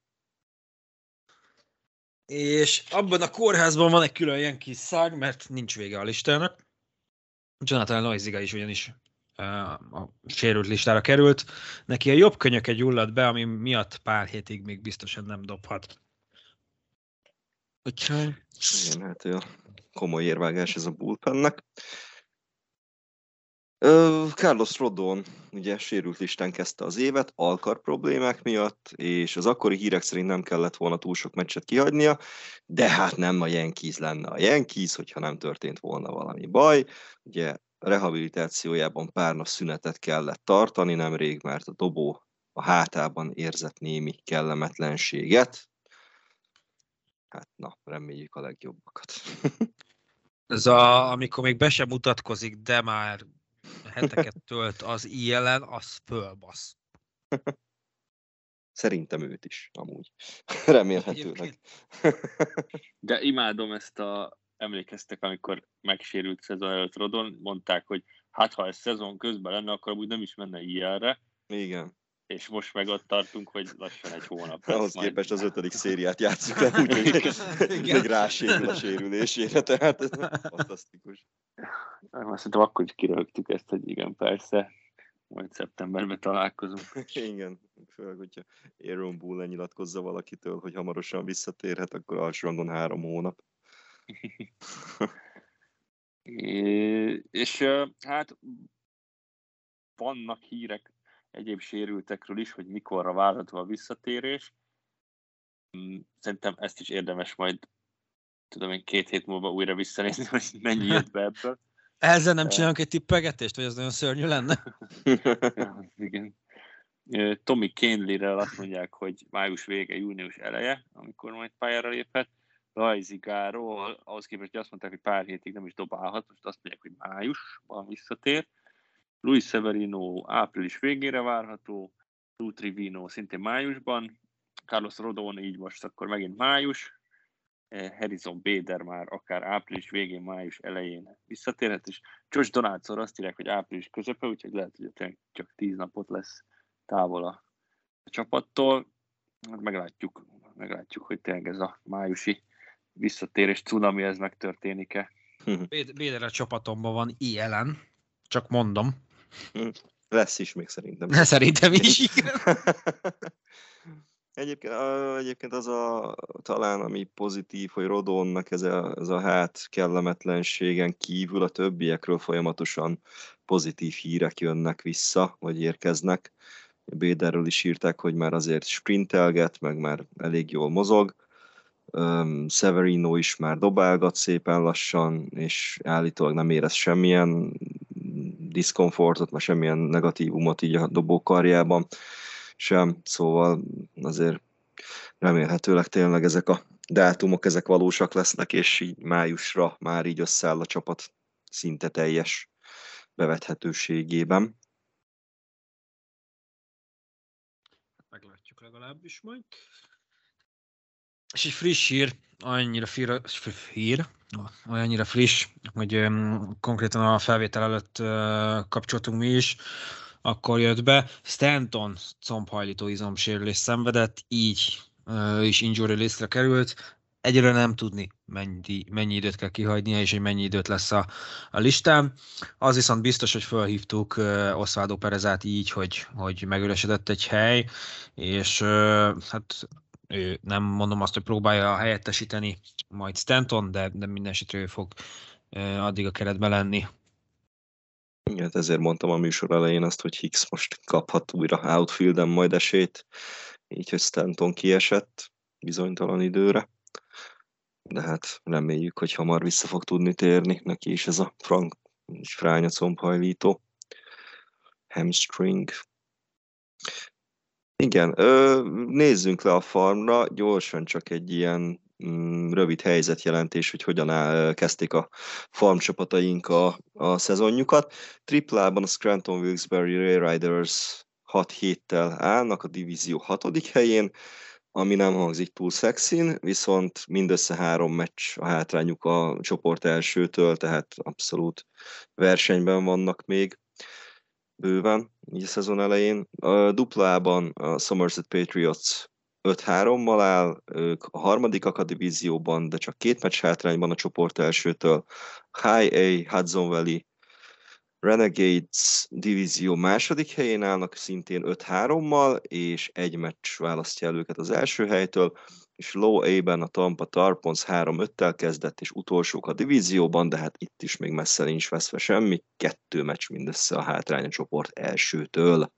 És abban a kórházban van egy külön ilyen kis szág, mert nincs vége a listának. Jonathan Loiziga is ugyanis a sérült listára került. Neki a jobb könyöke gyulladt be, ami miatt pár hétig még biztosan nem dobhat. Úgyhogy... Igen, hát a komoly érvágás ez a bullpennek. Carlos Rodon ugye sérült listán kezdte az évet, alkar problémák miatt, és az akkori hírek szerint nem kellett volna túl sok meccset kihagynia, de hát nem a Yankees lenne a Yankees, hogyha nem történt volna valami baj. Ugye rehabilitációjában pár nap szünetet kellett tartani nemrég, mert a dobó a hátában érzett némi kellemetlenséget. Hát na, reméljük a legjobbakat. Ez amikor még be sem mutatkozik, de már heteket tölt az IL-en, az fölbasz. Szerintem őt is, amúgy. Remélhetőleg. De imádom ezt emlékeztek, amikor megsérült szezon előtt Rodon, mondták, hogy hát ha ez szezon közben lenne, akkor úgy nem is menne IL-re. Igen. És most meg ott tartunk, hogy lassan egy hónap. Ahhoz képest az 5. szériát játsszuk le, úgyhogy még rásérül a sérülésére, tehát ez fantasztikus. Szerintem akkor is kirögtük ezt, hogy igen, persze, majd szeptemberben találkozunk. Igen, főleg, hogyha Aaron Boone lenyilatkozza valakitől, hogy hamarosan visszatérhet, akkor alsórangon 3 hónap. És hát vannak hírek egyéb sérültekről is, hogy mikorra várható a visszatérés. Szerintem ezt is érdemes majd, tudom én, 2 hét múlva újra visszanézni, hogy mennyi jött be ebből. Ezzel nem csinálunk egy tippegetést, vagy az nagyon szörnyű lenne? Igen. Tommy Kahnle-rel azt mondják, hogy május vége, június eleje, amikor majd pályára léphet. Loizigáról, ahhoz képest, hogy azt mondták, hogy pár hétig nem is dobálhat, most azt mondják, hogy májusban visszatér. Luis Severino április végére várható, Lou Trivino szintén májusban, Carlos Rodon így most akkor megint május, Harrison Bader már akár április végén, május elején visszatérhet, és Josh Donaldson azt írják, hogy április közepe, úgyhogy lehet, hogy csak 10 napot lesz távol a csapattól. Meglátjuk, hogy tényleg ez a májusi visszatérés cunami, ez megtörténik-e. Bader a csapatomban van IL-en, csak mondom. Lesz is még szerintem. Szerintem is, igen. Egyébként az talán ami pozitív, hogy Rodonnak ez a hát kellemetlenségen kívül a többiekről folyamatosan pozitív hírek jönnek vissza, vagy érkeznek. Baderről is írták, hogy már azért sprintelget, meg már elég jól mozog. Severino is már dobálgat szépen lassan, és állítólag nem érez semmilyen diszkomfortot, meg semmilyen negatívumot így a dobókarjában sem, szóval azért remélhetőleg tényleg ezek a dátumok, ezek valósak lesznek, és így májusra már így összeáll a csapat szinte teljes bevethetőségében. Meglátjuk legalábbis majd. És egy friss hír, annyira friss, hogy konkrétan a felvétel előtt kapcsoltunk mi is, akkor jött be. Stanton combhajlító izomsérülés szenvedett, így is injury listre került. Egyre nem tudni, mennyi időt kell kihagynia, és hogy mennyi időt lesz a listán. Az viszont biztos, hogy felhívtuk Osvaldo Perezát így, hogy megüresedett egy hely, és hát ő nem mondom azt, hogy próbálja helyettesíteni majd Stanton, de minden esetre ő fog addig a keretben lenni. Igen, ezért mondtam a műsor elején azt, hogy Hicks most kaphat újra outfielden majd esélyt, így, hogy Stanton kiesett bizonytalan időre. De hát reméljük, hogy hamar vissza fog tudni térni neki is ez a fránya combhajlító. Hamstring. Igen, nézzünk le a farmra, gyorsan csak egy ilyen rövid helyzetjelentés, hogy hogyan kezdték a farm csapataink a szezonjukat. Triplában a Scranton Wilkes-Barre Ray Riders 6 héttel állnak a divízió 6. helyén, ami nem hangzik túl szexin, viszont mindössze 3 meccs a hátrányuk a csoport elsőtől, tehát abszolút versenyben vannak még bőven, így a szezon elején. A dupla-ában a Somerset Patriots 5-3-mal áll, ők a 3. a divízióban, de csak 2 meccs hátrányban a csoport elsőtől. High A, Hudson Valley Renegades divízió 2. helyén állnak, szintén 5-3-mal, és 1 meccs választja el őket az első helytől, és Low A-ben a Tampa Tarpons 3-5-tel kezdett, és utolsók a divízióban, de hát itt is még messze nincs veszve semmi, 2 meccs mindössze a hátrány a csoport elsőtől.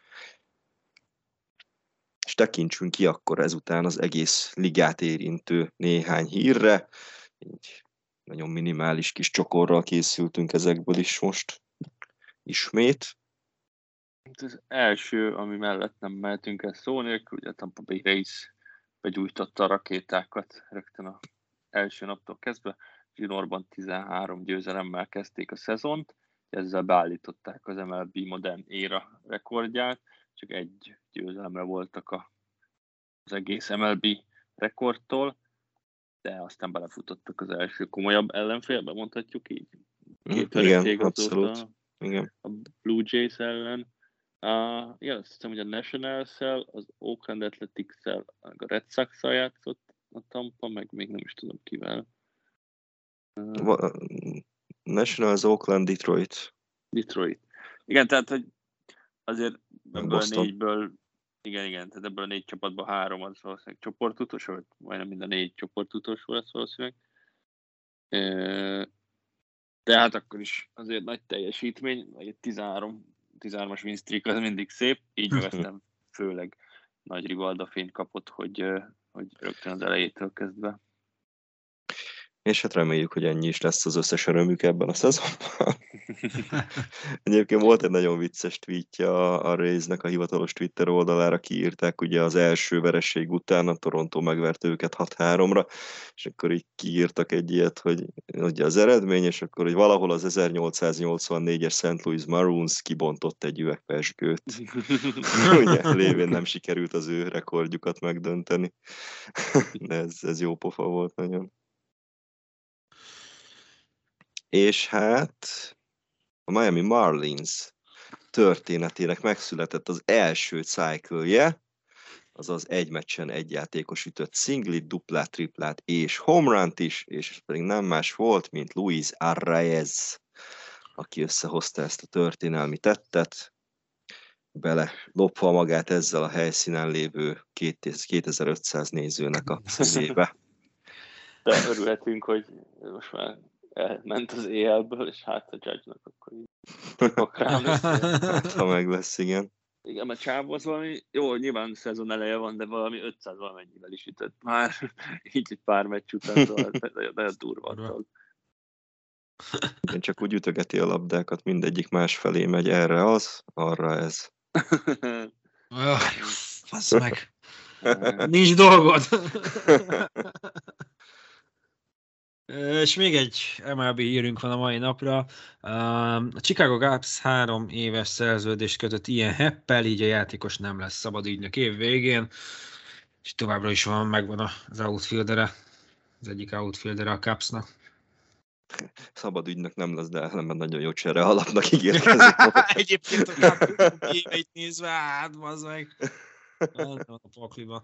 És tekintsünk ki akkor ezután az egész ligát érintő néhány hírre, így nagyon minimális kis csokorral készültünk ezekből is most ismét. Az első, ami mellett nem mehetünk el szó nélkül, ugye a Tampa Bay Rays begyújtotta a rakétákat rögtön az első naptól kezdve. Zsinórban 13 győzelemmel kezdték a szezont, ezzel beállították az MLB modern éra rekordját, csak 1 győzelemre voltak az egész MLB rekordtól, de aztán belefutottak az első komolyabb ellenfélbe, mondhatjuk így. 2 vereség azóta a Blue Jays ellen. Igen, azt hiszem, hogy a Nationals-szel, az Oakland Athletics-szel, a Red Sox-szal játszott a Tampa, meg még nem is tudom kivel. Nationals, Oakland, Detroit. Igen, tehát, hogy azért ebből 4-ből, igen, tehát ebből a 4 csapatban 3 az valószínűleg csoportutolsó, vagy majdnem mind a 4 csoportutolsó lesz valószínűleg. De hát akkor is azért nagy teljesítmény, vagy egy 13-as win streak az mindig szép, így meg aztán főleg nagy Rivalda fényt kapott, hogy rögtön az elejétől kezdve. És hát reméljük, hogy ennyi is lesz az összes örömük ebben a szezonban. Egyébként volt egy nagyon vicces tweetje a Raysnek a hivatalos Twitter oldalára, kiírták ugye az első vereség után, a Toronto megverte őket 6-3-ra, és akkor így kiírtak egy ilyet, hogy ugye az eredmény, és akkor hogy valahol az 1884-es St. Louis Maroons kibontott egy üveg pezsgőt. Ugye lévén nem sikerült az ő rekordjukat megdönteni. De ez jó pofa volt nagyon. És hát a Miami Marlins történetének megszületett az első cycle-je, azaz 1 meccsen 1 játékos ütött szinglit, duplát, triplát és home runt is, és ez pedig nem más volt, mint Luis Arraez, aki összehozta ezt a történelmi tettet, bele lopva magát ezzel a helyszínen lévő 2500 nézőnek a szívébe. De örülhetünk, hogy most már elment az EL-ből, és hát a Judge-nak akkor így rám lesz. Hát, ha meg lesz, igen. Igen, mert Csávó az valami, jó, nyilván szezon eleje van, de valami 500 valamennyivel is ütött már, így egy pár meccs után, szóval nagyon durva dolog. Igen, csak úgy ütögeti a labdákat, mindegyik más felé megy, erre az, arra ez. Fassz meg! Nincs dolgod! És még egy MLB hírünk van a mai napra. A Chicago Cubs 3 éves szerződést kötött Ian Happel, így a játékos nem lesz szabad ügynök év végén, és továbbra is megvan az outfieldere, az egyik outfieldere a Cubsnak. Szabad ügynök nem lesz, de ellenben nagyon jó csere alapnak ígérkezik. Egyébként a Cubs éveit nézve, hát bazd meg. A pakliba.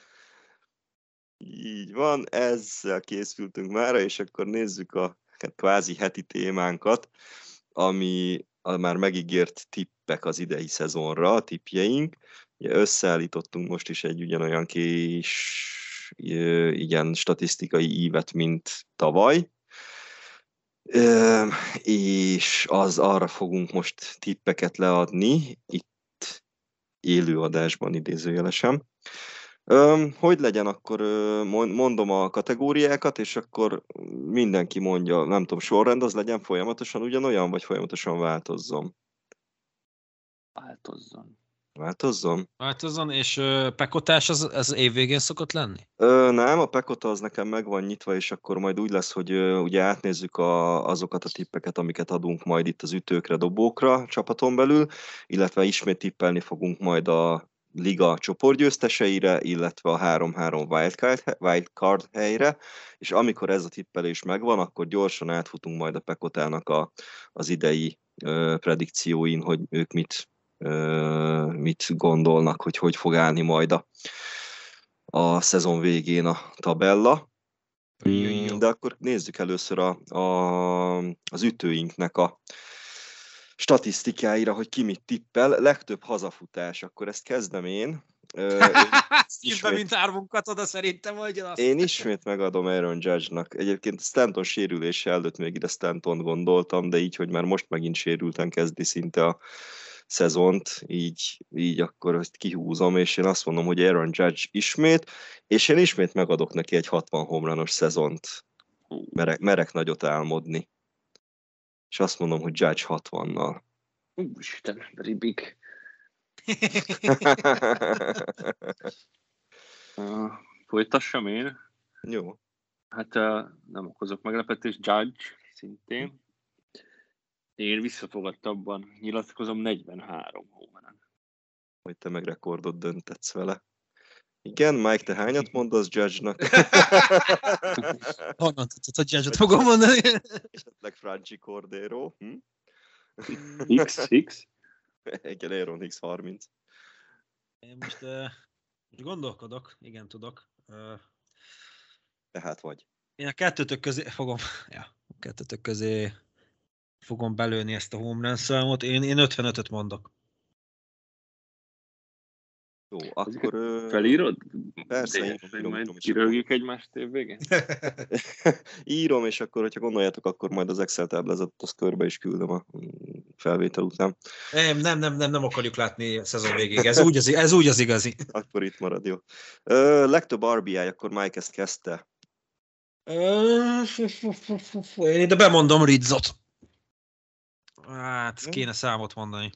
Így van, ezzel készültünk mára, és akkor nézzük a kvázi heti témánkat, ami a már megígért tippek az idei szezonra, a tippjeink. Ugye összeállítottunk most is egy ugyanolyan kis igen, statisztikai ívet, mint tavaly, és arra fogunk most tippeket leadni, itt élőadásban idézőjelesen. Hogy legyen, akkor mondom a kategóriákat, és akkor mindenki mondja, nem tudom, sorrend az legyen folyamatosan ugyanolyan, vagy folyamatosan változzon? Változzon. Változzon, és pekotás az év végén szokott lenni? Nem, a pekota az nekem meg van nyitva, és akkor majd úgy lesz, hogy ugye átnézzük azokat a tippeket, amiket adunk majd itt az ütőkre, dobókra csapaton belül, illetve ismét tippelni fogunk majd a liga csoportgyőzteseire, illetve a 3-3 wildcard helyre, és amikor ez a tippelés megvan, akkor gyorsan átfutunk majd a pekotának az idei predikcióin, hogy ők mit gondolnak, hogy fog állni majd a szezon végén a tabella. De akkor nézzük először az ütőinknek a statisztikáira, hogy ki mit tippel. Legtöbb hazafutás, akkor ezt kezdem én. Ismét, mint árvunkat oda szerintem, hogy azt. Én ismét megadom Aaron Judge-nak. Egyébként Stanton sérülése előtt még ide Stanton gondoltam, de így, hogy már most megint sérülten kezdi szinte a szezont, így akkor ezt kihúzom, és én azt mondom, hogy Aaron Judge ismét, és én ismét megadok neki egy 60 home-runos szezont. Merek nagyot álmodni. És azt mondom, hogy Judge 60-nal. Úristen, ribik. Folytassam én? Jó. Hát nem okozok meglepetést, Judge szintén. Én visszafogadtabban nyilatkozom 43 hónapban. Hogy te meg rekordot döntetsz vele. Igen, Mike, te hányat mondasz Judge-nak? Honnan tudod, hogy Judge-ot fogom mondani? Esetleg Franchi Cordero? X? Igen, Aaron Hicks 30. Én most gondolkodok, igen, tudok. Tehát vagy. Én a kettőtök közé fogom belőni ezt a home run számot. Én 55-öt mondok. Jó, akkor... Felírod? Persze, majd kirögjük egymást év végén? Írom, és akkor, hogyha gondoljátok, akkor majd az Excel táblázatot azt körbe is küldöm a felvétel után. Nem akarjuk látni a szezon végéig. Ez úgy az igazi. Akkor itt marad, jó. Legtöbb RBI, akkor Mike ezt kezdte. Én ide bemondom Rizzot. Hát, kéne számot mondani.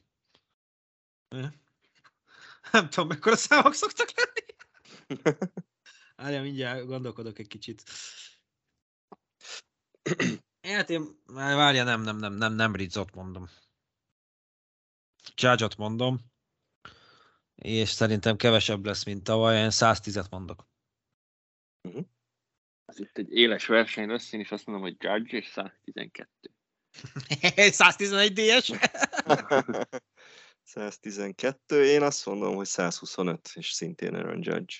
Nem tudom, mekkora számok szoktak lenni. Várjál, mindjárt gondolkodok egy kicsit. Hát én, várjál, nem Rizzot mondom. Judge-ot mondom. És szerintem kevesebb lesz, mint tavaly. Én 110-et mondok. Az itt egy éles verseny lesz, én is azt mondom, hogy Judge és 112. 111 DS? 112, én azt mondom, hogy 125, és szintén Aaron Judge.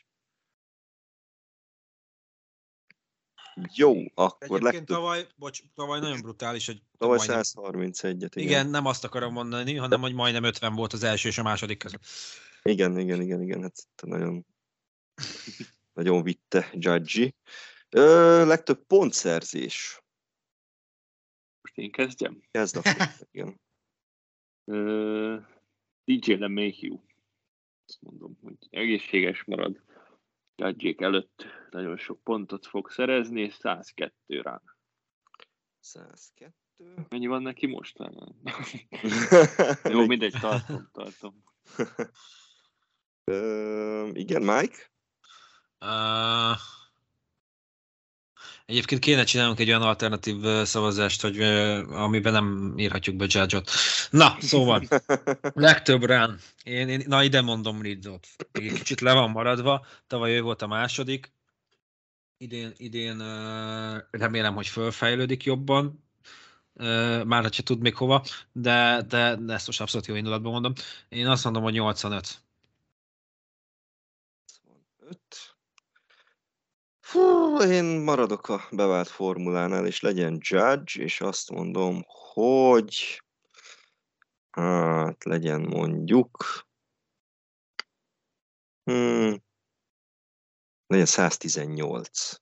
Jó, akkor legtöbb... tavaly nagyon brutális, hogy... Tavaly 131-et, igen, nem azt akarom mondani, hanem hogy majdnem 50 volt az első és a második között. Igen, hát nagyon, nagyon vitte Judge-i. Legtöbb pontszerzés. Most én kezdjem? Kezd akkor, igen. DJ LeMahieu. Azt mondom, hogy egészséges marad. Judge-ék előtt nagyon sok pontot fog szerezni, és 102 rá. 102? Mennyi van neki most? Jó, mindegy, tartom. Igen, Mike? Egyébként kéne csinálnunk egy olyan alternatív szavazást, hogy amiben nem írhatjuk be Judge-ot. Na, szóval, legtöbb rán. Én ide mondom Rizzot. Egy kicsit le van maradva, tavaly ő volt a második. Idén remélem, hogy fölfejlődik jobban. Már hogyha tud még hova, de ezt most abszolút jó indulatban mondom. Én azt mondom, hogy 85. 85. Én maradok a bevált formulánál, és legyen Judge, és azt mondom, hogy hát legyen mondjuk legyen 118.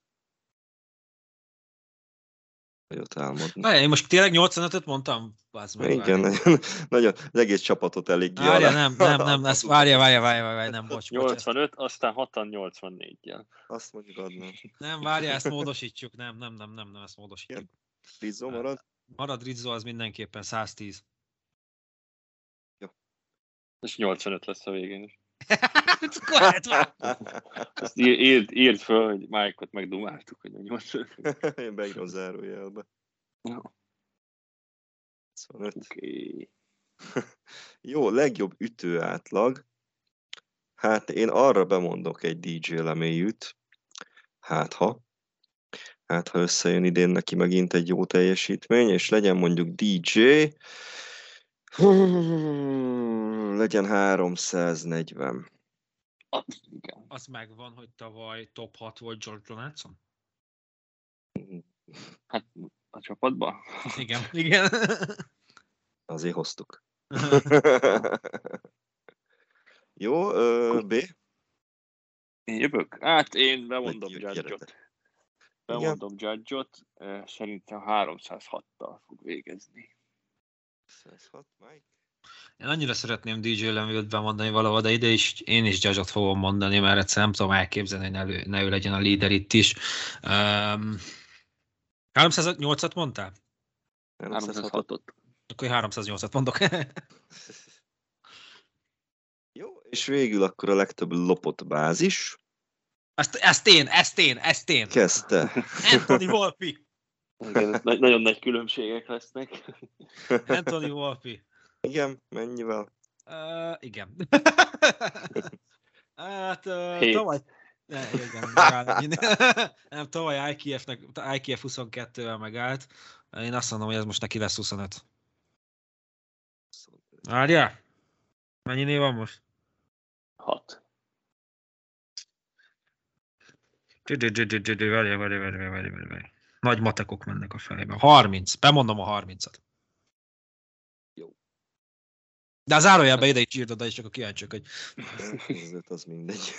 Nagyot álmodni. Én most tényleg 85-öt mondtam? Igen, nagyon, az egész csapatot elég nem, ezt várja, nem, bocs. 85, aztán 6-84-jel. Azt mondjuk adnám. Nem, várja, ezt módosítjuk, nem, ezt módosítjuk. Rizzo marad? Marad Rizzo, az mindenképpen 110. Jó. És 85 lesz a végén is. Korrekt. Ezt írd föl, hogy Mike-ot megdumáltuk, hogy a 85. Én beírom zárójelbe. No. 25. Okay. Jó, legjobb ütő átlag. Hát én arra bemondok egy DJ LeMahieu-t. Hát ha összejön idén neki megint egy jó teljesítmény, és legyen mondjuk DJ, legyen 340. Igen. Az megvan, hogy tavaly top 6 volt George Donaldson? Hát a csapatban? Igen. Azért hoztuk. Jó, B? Én jövök? Hát én bemondom Gyertek. Judge-ot. Bemondom Judge-ot. Szerintem 306-tal fog végezni. 106, Mike? Én annyira szeretném DJ LeMahieu-t bemondani valahol, de ide is én is Judge-ot fogom mondani, mert egyszerűen nem tudom elképzelni, hogy ne ő legyen a líder itt is. 308-at mondtál? 306-ot. Akkor 308-at mondok. Jó, és végül akkor a legtöbb lopott bázis. Ezt én. Kezdte. Anthony Volpe. Igen, nagyon nagy különbségek lesznek. Anthony Volpe. Igen, mennyivel? Igen. Hát Hét. tavaly... Nem, tavaly IKF 22-vel megállt. Én azt mondom, hogy ez most neki lesz 25. Várjál? Mennyinél van most? 6. Várj. Nagy matekok mennek a fejbe. 30. Bemondom a 30-at. Jó. De a zárójelbe ide is írd oda, és csak a kíváncsiak, hogy... Az mindegy.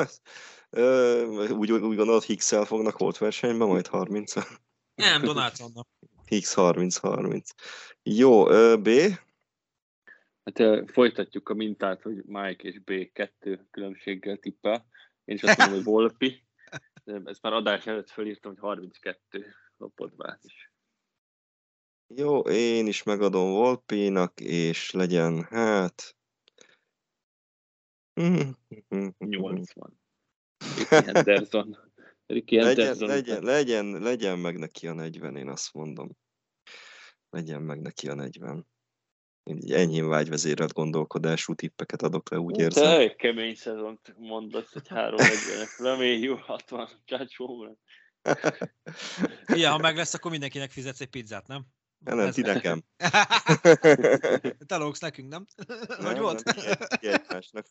Úgy gondolod, Higgs-el fognak volt versenyben, majd 30 Nem, Donaldsonnak. Higgs 30-30. Jó, B? Hát folytatjuk a mintát, hogy Mike és B 2 különbséggel tippel. Én is azt mondom, hogy Volpe. Ezt már adás előtt felírtam, hogy 32 lopott bázis. Jó, én is megadom Volpe-nak, és legyen, hát... 80. Ricky Henderson. Legyen meg neki a 40, én azt mondom. Legyen meg neki a 40. Én enyhén vágyvezérelt gondolkodású tippeket adok le, úgy érzem. Te egy kemény szezont mondasz, hogy 3-40-ek. Reméljük 60, Judge home. Igen, ha meg lesz, akkor mindenkinek fizetsz egy pizzát, nem? Nem, ti nekem. Te lógsz nekünk, nem? Hogy volt? Egymásnak.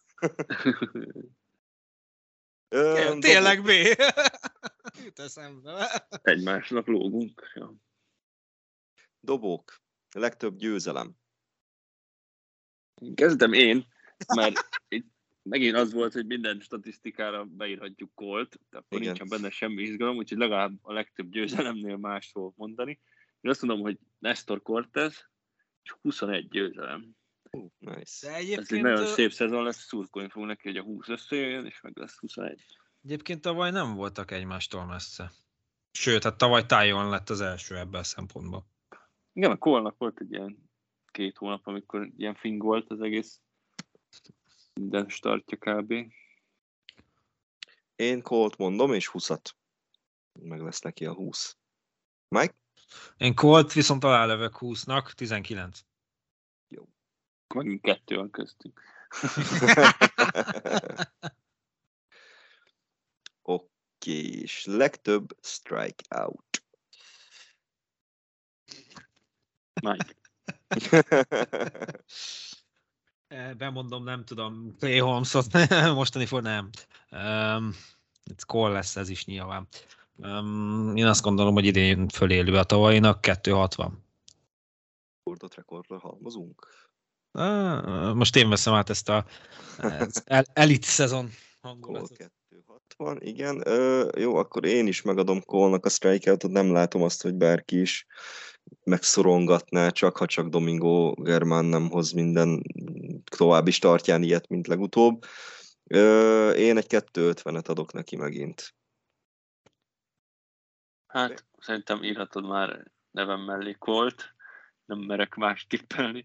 Tényleg B. Jut eszembe. Egymásnak lógunk. Ja. Dobók. Legtöbb győzelem. Kezdem én, mert itt megint az volt, hogy minden statisztikára beírhatjuk Colt, de akkor nincsen benne semmi izgalom, úgyhogy legalább a legtöbb győzelemnél más fogok mondani. Én azt mondom, hogy Nestor Cortez, és 21 győzelem. Nice. De egyébként... Ez egy nagyon szép szezon lesz, szurkolni fog neki, hogy a 20 összejöjjön, és meg lesz 21. Egyébként tavaly nem voltak egymástól messze. Sőt, hát tavaly Tyon lett az első ebben a szempontból. Igen, a Colnak volt egy ilyen 2 hónap, amikor ilyen fing volt az egész minden startja kb. Én Colt mondom, és 20-at. Meg lesz neki a 20. Mike? Én Colt viszont alálövök 20-nak, 19. Jó. Megint 2 van köztünk. Oké, és legtöbb strikeout. Mike. Bemondom, nem tudom, Clay Holmesot mostani nem. Cole lesz ez is nyilván. Én azt gondolom, hogy idén fölélő a tavalyinak, 260. Rekordra halmozunk. Most én veszem át ezt az elit szezon hangulatot. Cole 260, igen. Jó, akkor én is megadom Cole-nak a strikeoutot, nem látom azt, hogy bárki is megszorongatná, ha csak Domingo Germán nem hoz minden további startján ilyet, mint legutóbb. Én egy 250-et adok neki megint. Hát, szerintem írhatod már nevem mellé Colt. nem merek más tippelni.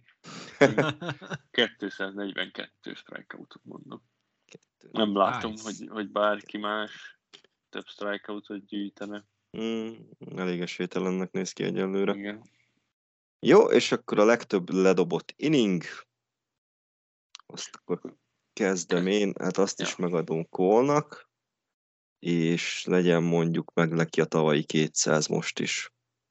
242 strikeoutot mondom. Nem látom, hogy bárki más több strikeoutot gyűjtene. Elég esélytelennek néz ki egyelőre. Igen. Jó, és akkor a legtöbb ledobott inning. Azt akkor kezdem én, hát azt is megadom Cole-nak, és legyen mondjuk meg neki a tavalyi 200 most is.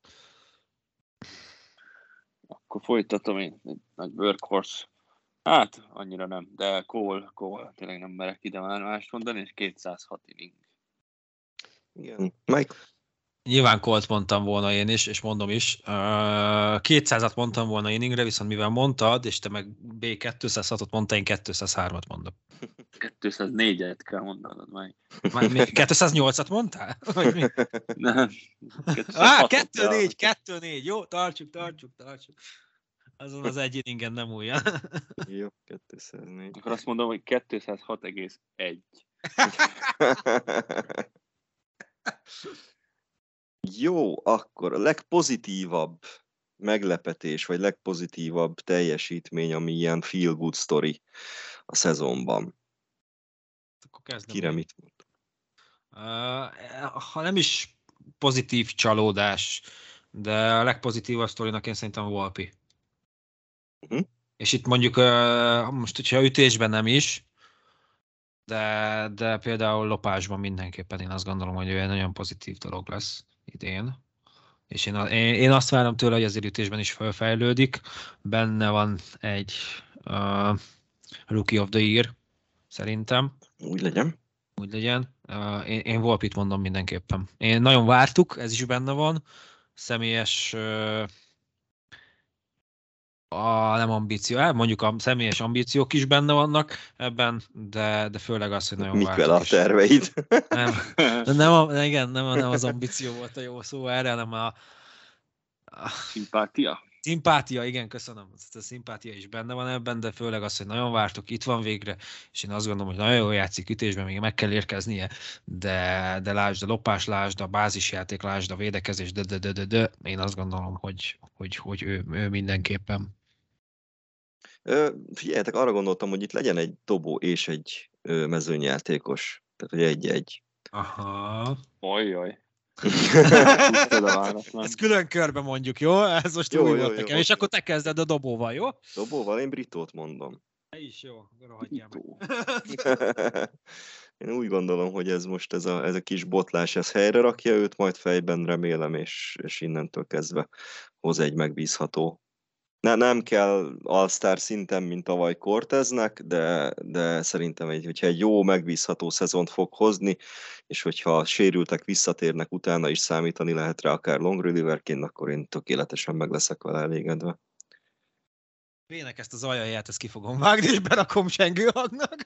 Akkor folytatom én, egy nagy workhorse. Hát, annyira nem, de Cole, tényleg nem merek ide már mást mondani, és 206 inning. Igen, Mike? Nyilván Colt mondtam volna én is, és mondom is. 200-at mondtam volna inningre, viszont mivel mondtad, és te meg B206-ot mondta, én 203-at mondom. 204-et kell mondanod, Mike. 208-at mondtál? Nem. 2-4, jó, tartsuk. Azon az egy inningen nem újja. Jó, 204. Akkor azt mondom, hogy 206,1. Jó, akkor a legpozitívabb meglepetés, vagy legpozitívabb teljesítmény, ami ilyen feel good story a szezonban. Kire mit mond? Ha nem is pozitív csalódás, de a legpozitívabb sztorinak én szerintem a Volpi. És itt mondjuk most, hogyha ütésben nem is, de például lopásban mindenképpen én azt gondolom, hogy ő egy nagyon pozitív dolog lesz idén. És én azt várom tőle, hogy az ütésben is felfejlődik. Benne van egy Rookie of the Year, szerintem. Úgy legyen. Én Volpit mondom mindenképpen. Én nagyon vártuk, ez is benne van. Személyes nem ambíció, mondjuk a személyes ambíciók is benne vannak ebben, de főleg az, hogy nagyon vártuk. Mik vele a terveid? Nem az ambíció volt a jó szó erre, hanem a szimpátia. Szimpátia, igen, köszönöm. A szimpátia is benne van ebben, de főleg az, hogy nagyon vártuk, itt van végre, és én azt gondolom, hogy nagyon jól játszik ütésben, még meg kell érkeznie, de lásd a lopás, lásd a bázisjáték, lásd a védekezés, de én azt gondolom, hogy ő mindenképpen. Figyeljetek, arra gondoltam, hogy itt legyen egy dobó és egy mezőnyjátékos. Tehát, hogy egy-egy. Aha. Ojjaj. Ezt külön körbe mondjuk, jó? Ez most jó, új volt nekem. És akkor te kezded a dobóval, jó? Dobóval én Britót mondom. Te is jó, rohadjál meg. Én úgy gondolom, hogy ez most ez a kis botlás, ez helyre rakja őt, majd fejben remélem, és innentől kezdve hoz egy megbízható. Nem kell All-Star szinten, mint tavaly Corteznek, de szerintem, hogyha egy jó, megbízható szezont fog hozni, és hogyha sérültek visszatérnek, utána is számítani lehet rá akár long relieverként, akkor én tökéletesen meg leszek vele elégedve. Vének ezt az aljaját, ezt ki fogom vágni, és berakom Sengőhagnak.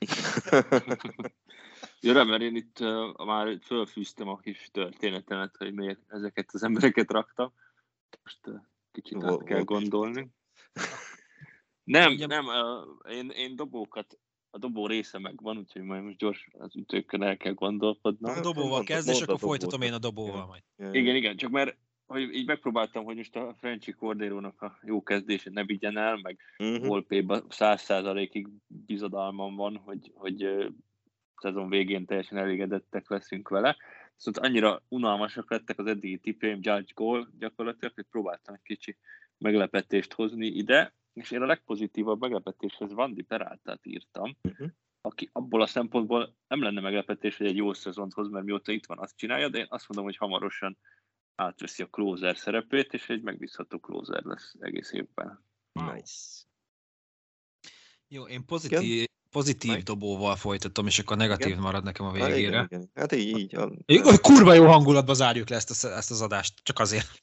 Jöre, mert én itt már fölfűztem a kis történetemet, hogy miért ezeket az embereket raktam. Most kicsit át kell gondolni. Nem, én dobókat, a dobó része megvan, úgyhogy majd most gyors az ütőkön el kell gondolkodnom. A dobóval kezd, és akkor folytatom én a dobóval majd. Igen, csak mert hogy így megpróbáltam, hogy most a Frenchy Cordero-nak a jó kezdését ne vigyen el, meg Volpéba 100%-ig bizodalmam van, hogy szezon végén teljesen elégedettek leszünk vele. Viszont annyira unalmasak lettek az eddigi tippjeim, Judge Goal gyakorlatilag, hogy próbáltam egy kicsi meglepetést hozni ide, és én a legpozitívabb meglepetéshez Vandy Peraltát írtam, aki abból a szempontból nem lenne meglepetés, hogy egy jó szezont hoz, mert mióta itt van, azt csinálja, de én azt mondom, hogy hamarosan átveszi a closer szerepét, és egy megbízható closer lesz egész évben. Nice. Jó, én pozitív dobóval folytatom, és akkor negatív marad nekem a végére. Igen. Hát így. Kurva jó hangulatba zárjuk le ezt az adást, csak azért.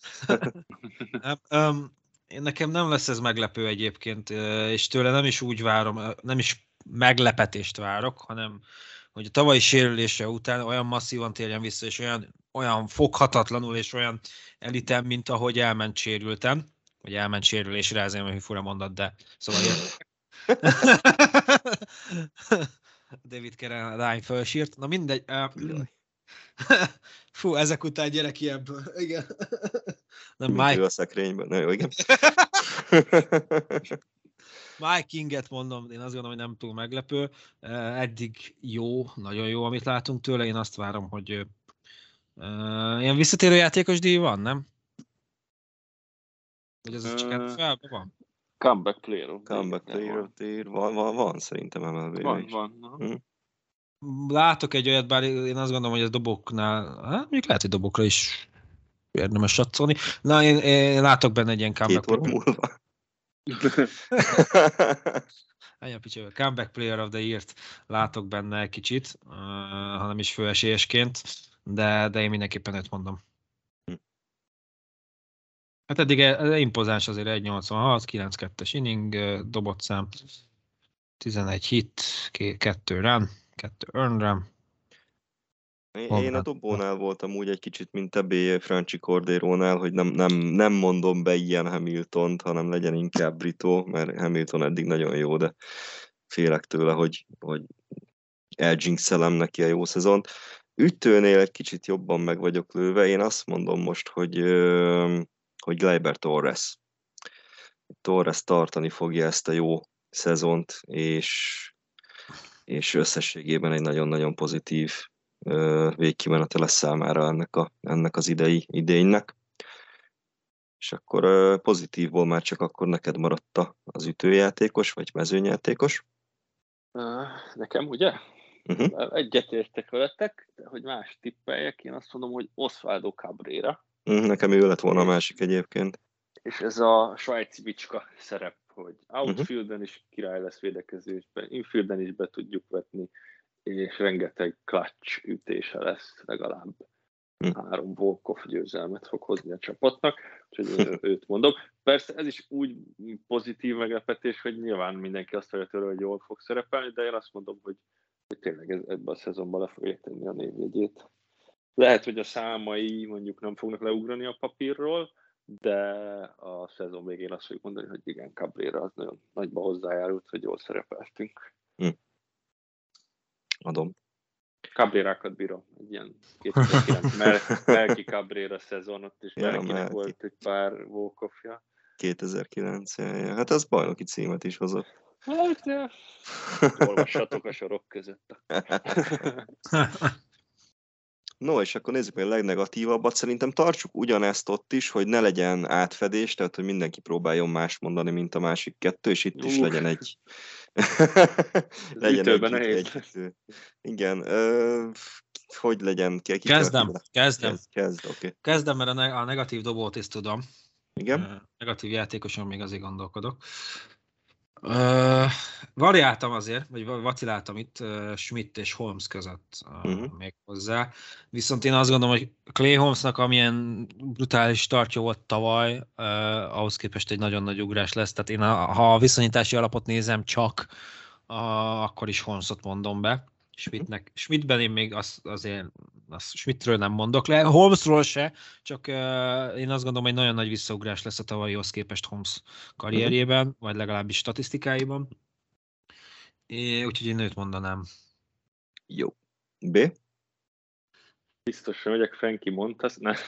Nekem nem lesz ez meglepő egyébként, és tőle nem is úgy várom, nem is meglepetést várok, hanem hogy a tavalyi sérülése után olyan masszívan térjen vissza, és olyan foghatatlanul, és olyan elitem, mint ahogy elment sérülten, vagy elment sérülésre, ezért hogy fura mondat, de szóval David Keren lány fölsírt. Na mindegy. Fú, ezek után gyerek ilyenből. Igen. Nem, Mint ő Mike, a szekrényben. Na jó, igen. Mike Kinget mondom, én azt gondolom, hogy nem túl meglepő. Eddig jó, nagyon jó, amit látunk tőle. Én azt várom, hogy ilyen visszatérő játékos díj van, nem? Vagy az csak NFL-ben van? Comeback player of Comeback player of the year. Van szerintem MLB-ben is. Van. Látok egy olyat, bár én azt gondolom, hogy ez doboknál, mondjuk lehet, hogy dobokra is érdemes satszolni. Na, én látok benne egy ilyen comeback 2 óra múlva. Comeback Player of the Year-t látok benne egy kicsit, hanem is főesélyesként, de én mindenképpen őt mondom. Hát eddig impozáns azért 1.86, 9-2-es inning, dobott szám, 11 hit, 2 run, 2 earned run. Én a dobónál voltam úgy egy kicsit, mint a Franchy Corderónál, hogy nem mondom be ilyen Hamiltont, hanem legyen inkább Brito, mert Hamilton eddig nagyon jó, de félek tőle, hogy eldzsinxelem neki a jó szezont. Ütőnél egy kicsit jobban meg vagyok lőve, én azt mondom most, hogy Gleyber Torres. Torres tartani fogja ezt a jó szezont, és összességében egy nagyon-nagyon pozitív végkimenete számára ennek az idénynek. És akkor pozitívból már csak akkor neked maradt az ütőjátékos, vagy mezőnyjátékos? Nekem, ugye? Egyetértek veletek, de hogy más tippeljek, én azt mondom, hogy Osvaldo Cabrera. Nekem ő lett volna a másik egyébként. És ez a svájci bicska szerep, hogy outfielden is király lesz védekezésben, infielden is be tudjuk vetni, és rengeteg clutch ütése lesz, legalább 3 walk-off győzelmet fog hozni a csapatnak, úgyhogy őt mondom. Persze ez is úgy pozitív meglepetés, hogy nyilván mindenki azt várja tőle, hogy jól fog szerepelni, de én azt mondom, hogy tényleg ebben a szezonban le fogja tenni a névjegyét. Lehet, hogy a számai mondjuk nem fognak leugrani a papírról, de a szezon végén azt fogjuk mondani, hogy igen, Cabrera az nagyon nagyba hozzájárult, hogy jól szerepeltünk. Adom. Cabrerákat bírom, egy ilyen 2009 Melky Cabrera szezonot, és Melkynek volt egy pár walk-offja. 2009, hát az bajnoki címet is hozott. Hát, olvassatok a sorok között. No, és akkor nézzük meg a legnegatívabbat. Szerintem tartsuk ugyanezt ott is, hogy ne legyen átfedés, tehát hogy mindenki próbáljon más mondani, mint a másik kettő, és itt is legyen egy... legyen egy igen. Hogy legyen? Kezdem. Okay. Kezdem, mert a negatív dobót is tudom. Igen? Negatív játékoson még azért gondolkodok. Variáltam azért, vagy vaciláltam itt Schmidt és Holmes között még hozzá. Viszont én azt gondolom, hogy Clay Holmesnak amilyen brutális startja volt tavaly, ahhoz képest egy nagyon nagy ugrás lesz. Tehát én ha a viszonyítási alapot nézem csak, akkor is Holmesot mondom be. Schmidtben én még azért Schmidtről nem mondok le, Holmesról se, csak én azt gondolom, hogy nagyon nagy visszaugrás lesz a tavalyihoz képest Holmes karrierjében, vagy legalábbis statisztikáiban. Úgyhogy én őt mondanám. Jó. B? Biztos, hogy megyek, Frankie mondtasz? Nem.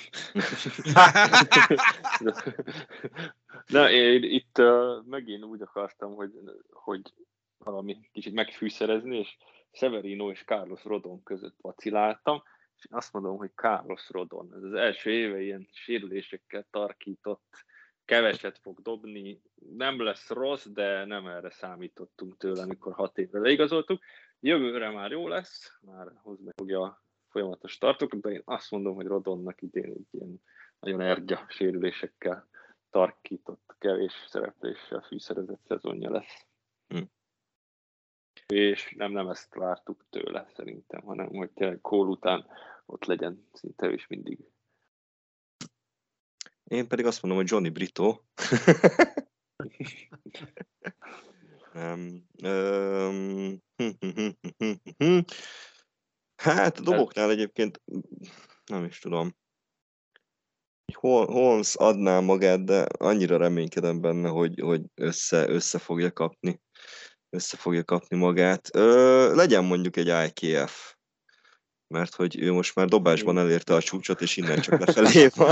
Én itt megint úgy akartam, hogy valami kicsit megfűszerezni, és Severino és Carlos Rodon között vaciláltam, és azt mondom, hogy Carlos Rodon. Ez az első éve ilyen sérülésekkel tarkított, keveset fog dobni, nem lesz rossz, de nem erre számítottunk tőle, amikor 6 évre leigazoltuk. Jövőre már jó lesz, már hozni fogja a folyamatos startokat, de én azt mondom, hogy Rodonnak idén egy ilyen nagyon ergya sérülésekkel tarkított, kevés szerepléssel fűszerezett szezonja lesz. És nem ezt vártuk tőle szerintem, hanem hogy tényleg Cole után ott legyen szinte ő is mindig. Én pedig azt mondom, hogy Johnny Brito. Hát a doboknál egyébként nem is tudom. Holmes adná magát, de annyira reménykedem benne, hogy össze fogja kapni. Össze fogja kapni magát. Legyen mondjuk egy IKF. mert hogy ő most már dobásban elérte a csúcsot, és innen csak lefelé van.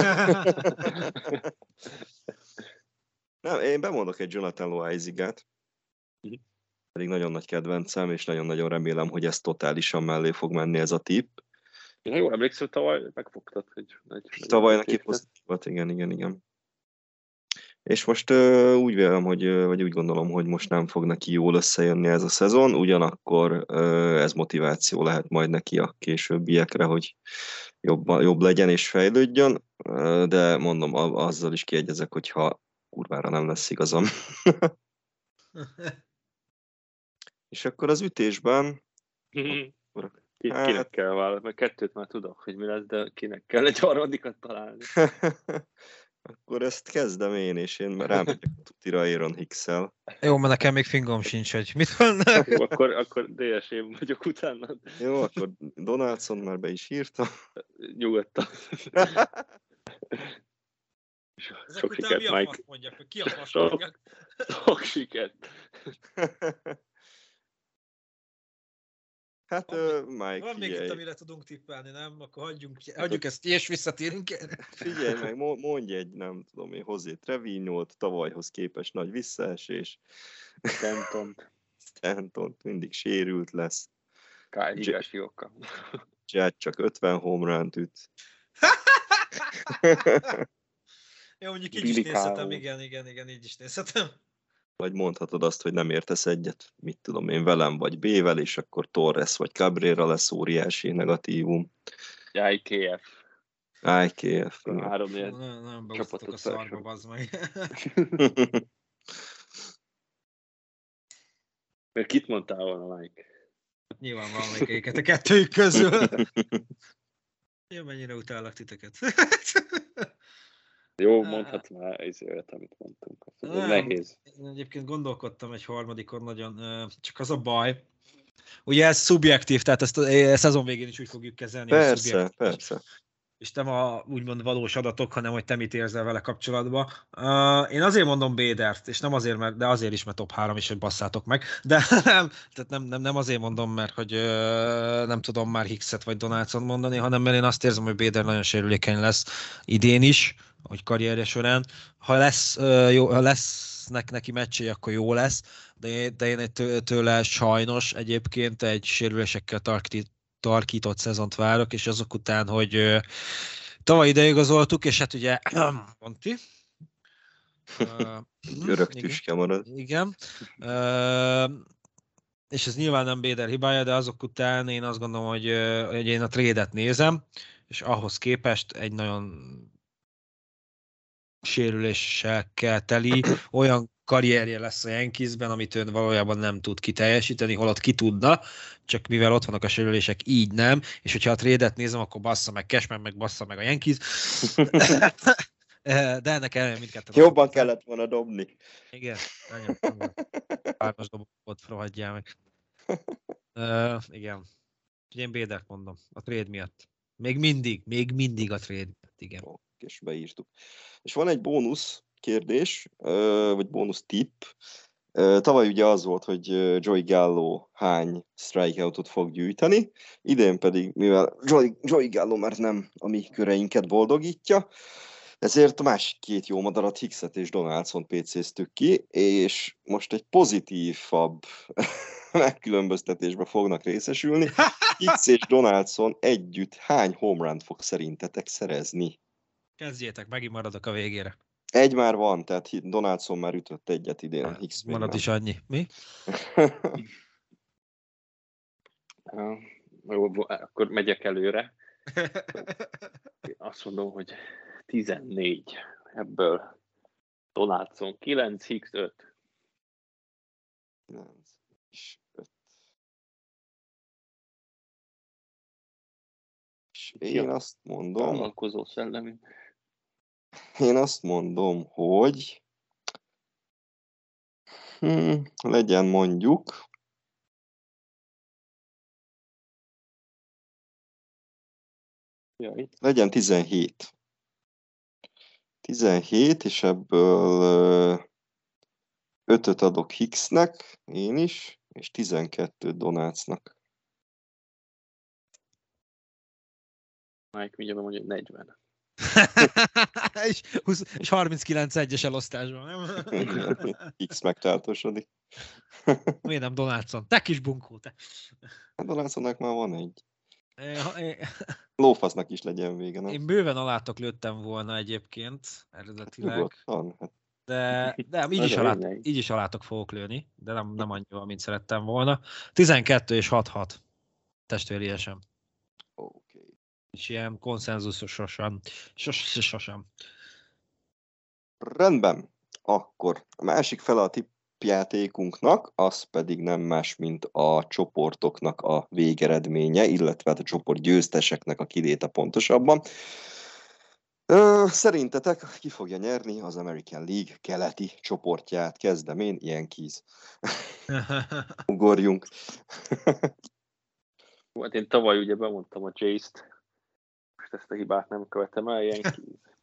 Nem, én bemondok egy Jonathan Loaizigát, pedig nagyon nagy kedvencem, és nagyon-nagyon remélem, hogy ez totálisan mellé fog menni ez a tipp. Én jól emlékszem, tavaly megfogtad, hogy... Tavaly neki pozitívat, igen. És most úgy vélem, vagy úgy gondolom, hogy most nem fog neki jól összejönni ez a szezon, ugyanakkor ez motiváció lehet majd neki a későbbiekre, hogy jobb legyen és fejlődjön, de mondom, azzal is kiegyezek, hogyha kurvára nem lesz igazam. És akkor az ütésben... Kinek kell választani? Mert kettőt már tudok, hogy mi lesz, de kinek kell egy harmadikat találni. Akkor ezt kezdem én, és én rámegyek a tutira Aaron Hicks-el. Jó, mert nekem még fingom sincs, hogy mit vannak. Jó, akkor DS-én vagyok utána. Jó, akkor Donaldson már be is írta. Nyugodtan. Sok sikert, Mike. Mi a fasz mondjak, hogy ki a fasz mondjak? Sok sikert. Hát, Mike, van még itt, amire tudunk tippelni, nem? Akkor hagyjuk ezt, és visszatérünk erre. Figyelj meg, mondj egy, nem tudom én, José Treviñót, tavalyhoz képest nagy visszaesés. Stanton mindig sérült lesz. Kyle Higashioka. Judge csak 50 home runt üt. Jó, mondjuk így is nézhetem, igen, így is nézhetem. Vagy mondhatod azt, hogy nem értesz egyet, mit tudom én, velem vagy B-vel, és akkor Torres vagy Cabrera lesz óriási negatívum. IKF. IKF. Három ilyen nem beosztottak a szarba, bazd meg. Mert kit mondtál volna, Mike? Nyilván valamelyik éket a kettőjük közül. Jó, mennyire utállak titeket. Jó, mondhat már ezért, amit mondtunk. Nehéz. Én egyébként gondolkodtam egy harmadikon nagyon, csak az a baj. Ugye ez szubjektív, tehát ezt a szezon végén is úgy fogjuk kezelni. Persze. És nem a úgymond valós adatok, hanem hogy te mit érzel vele kapcsolatban. Én azért mondom Bédert, és nem azért, de azért is, mert top 3 is, hogy basszátok meg. De nem azért mondom, mert hogy nem tudom már Hickset vagy Donaldson mondani, hanem mert én azt érzem, hogy Béder nagyon sérülékeny lesz idén is, hogy karrierje során. Ha lesznek neki meccsei, akkor jó lesz, de én tőle sajnos egyébként egy sérülésekkel tarkított szezont várok, és azok után, hogy tavaly ideigazoltuk, és hát ugye Monti. Örök tüske marad. Igen. És ez nyilván nem Béder hibája, de azok után én azt gondolom, hogy én a trade-et nézem, és ahhoz képest egy nagyon sérülésekkel teli olyan karrierje lesz a Yankeesben, amit ön valójában nem tud kiteljesíteni, holott ki tudna, csak mivel ott vannak a sérülések, így nem, és hogyha a trade-et nézem, akkor bassza meg Cashman, meg bassza meg a Yankees. De ennek ellenére mindketten... Jobban kellett volna dobni. Igen, nagyon. Pármas dobot rohadjál meg. Igen. Én Bédert mondom, a trade miatt. Még mindig a trade miatt, igen. És beírtuk. És van egy bónusz kérdés, vagy bónusz tipp. Tavaly ugye az volt, hogy Joey Gallo hány strikeoutot fog gyűjteni, idén pedig, mivel Joey Gallo már nem a mi köreinket boldogítja, ezért a másik két jó madarat, Hickset és Donaldson PC-ztük ki, és most egy pozitívabb megkülönböztetésbe fognak részesülni. Hicks és Donaldson együtt hány home run fog szerintetek szerezni? Kezdjétek, megint maradok a végére. Egy már van, tehát Donaldson már ütött egyet idén. Hicks marad is annyi. Mi? Jó, akkor megyek előre. Azt mondom, hogy 14. Ebből Donaldson 9, Hicks 5. 9 és 5. És én azt mondom... Vállalkozó szellemű. Én azt mondom, hogy legyen mondjuk legyen 17. 17, és ebből 5-öt adok Hicksnek, én is, és 12 Donaldsnak. Mike mindjárt mondja, hogy 40. és 39-1-es elosztásban, nem? X megtáltosodik. Miért nem Donaldson? Te kis bunkó, te! Donaldsonnak már van egy. Én Lófasznak is legyen vége, nem? bőven alátok lőttem volna egyébként, eredetileg. Nyugodtan. Hát De így, Ez is a alá, lényeg. így is alátok fogok lőni, de nem annyira, mint szerettem volna. 12 és 6-6 testvériesem. oké. És ilyen konszenzusosan. Sosem. Rendben. Akkor a másik fele a tippjátékunknak, az pedig nem más, mint a csoportoknak a végeredménye, illetve a csoport győzteseknek a kiléte pontosabban. Szerintetek ki fogja nyerni az American League keleti csoportját? Kezdem én, Yankees. Ugorjunk. Hát én tavaly ugye bemondtam a Jays-t, most ezt a hibát nem követem el, Yankees.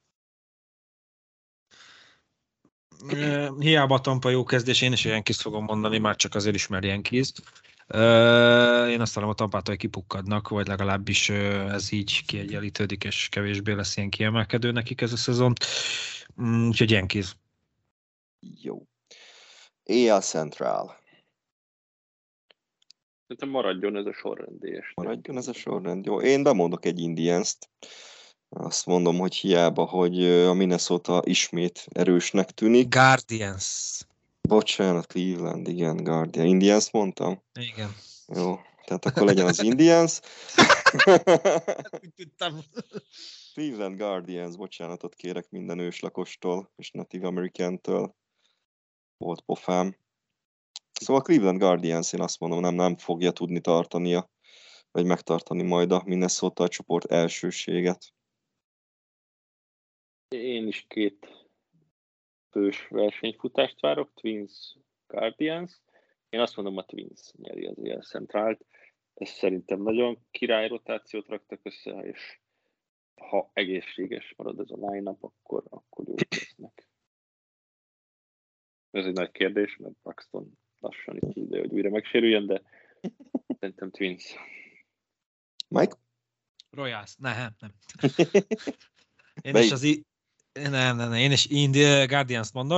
Hiába a Tampa jó kezdés, én is Yankees fogom mondani, már csak azért is, mert Yankees. Én azt hallom, a Tampától kipukkadnak, vagy legalábbis ez így kiegyenlítődik, és kevésbé lesz ilyen kiemelkedő nekik ez a szezon. Úgyhogy Yankees. Jó. AL Central. Szerintem maradjon ez a sorrendés. Maradjon ez a sorrend. Jó, én bemondok egy Indians-t. Azt mondom, hogy hiába, hogy a Minnesota ismét erősnek tűnik. Guardians. Bocsánat, Cleveland, igen, Guardian. Indians mondtam? Igen. Jó, tehát akkor legyen az Indians. Cleveland Guardians, bocsánatot kérek minden őslakostól és Native American-től. Volt pofám. Szóval Cleveland Guardians, én azt mondom, nem fogja tudni tartania, vagy megtartani majd a Minnesota a csoport elsőséget. Én is két fős versenyfutást várok, Twins, Guardians. Én azt mondom, a Twins nyeri az AL Centralt. Ez szerintem nagyon király rotációt raktak össze, és ha egészséges marad ez a line-up, akkor jók lesznek. Ez egy nagy kérdés, mert Paxton lassan itt ide, hogy újra megsérüljön, de szerintem Twins. Mike? Royals. Nem. Én is nem. Én is Guardians mondom.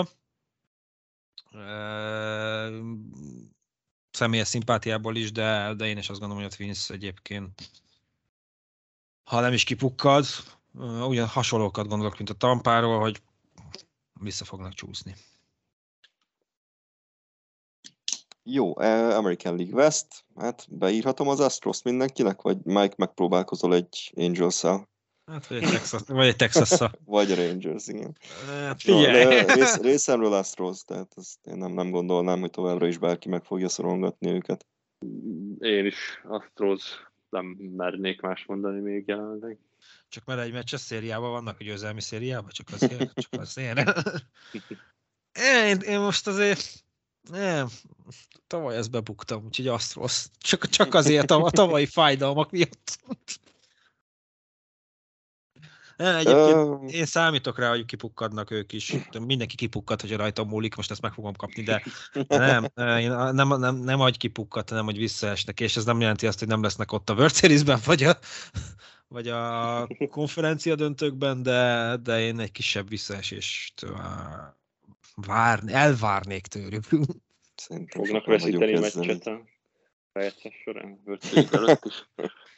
Személyes szimpátiából is, de én is azt gondolom, hogy a Twins egyébként, ha nem is kipukkad, ugyan hasonlókat gondolok, mint a Tampáról, hogy vissza fognak csúszni. Jó, American League West, hát beírhatom az Astros mindenkinek, vagy Mike megpróbálkozol egy Angels-szel? Hát, vagy egy Texas-szal. Vagy a Rangers, igen. Figyelj! Részemről Astros, tehát ezt én nem gondolnám, hogy továbbra is bárki meg fogja szorongatni őket. Én is Astros, nem mernék más mondani még jelenleg. Csak mert egy meccses szériában vannak, a győzelmi szériában, csak azért. Én most azért tavaly ezt bebuktam, úgyhogy Astros. Csak azért a tavalyi fájdalmak miatt. Egyébként én számítok rá, hogy kipukkadnak ők is. Mindenki kipukkad, hogy rajta múlik, most ezt meg fogom kapni, de nem hogy kipukkad, hanem hogy visszaesnek, és ez nem jelenti azt, hogy nem lesznek ott a World Series-ben, vagy a konferencia döntőkben, de én egy kisebb visszaesést elvárnék tőlük. Szerintem fognak veszíteni meccset a rájátszás során, World Series előtt is.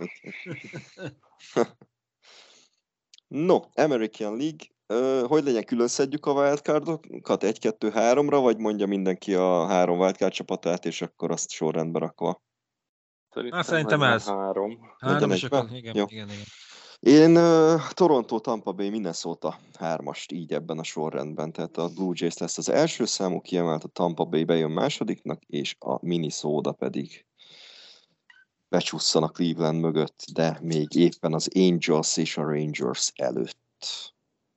No, American League, hogy legyen, külön szedjük a wildcardokat 1-2-3-ra, vagy mondja mindenki a 3 wildcard csapatát, és akkor azt sorrendbe rakva? Szerintem ez. 3. És akkor, igen. Én Toronto, Tampa Bay, Minnesota 3-ast így ebben a sorrendben, tehát a Blue Jays lesz az első számú, kiemelt a Tampa Bay bejön másodiknak, és a Minnesota pedig becsusszan a Cleveland mögött, de még éppen az Angels és a Rangers előtt.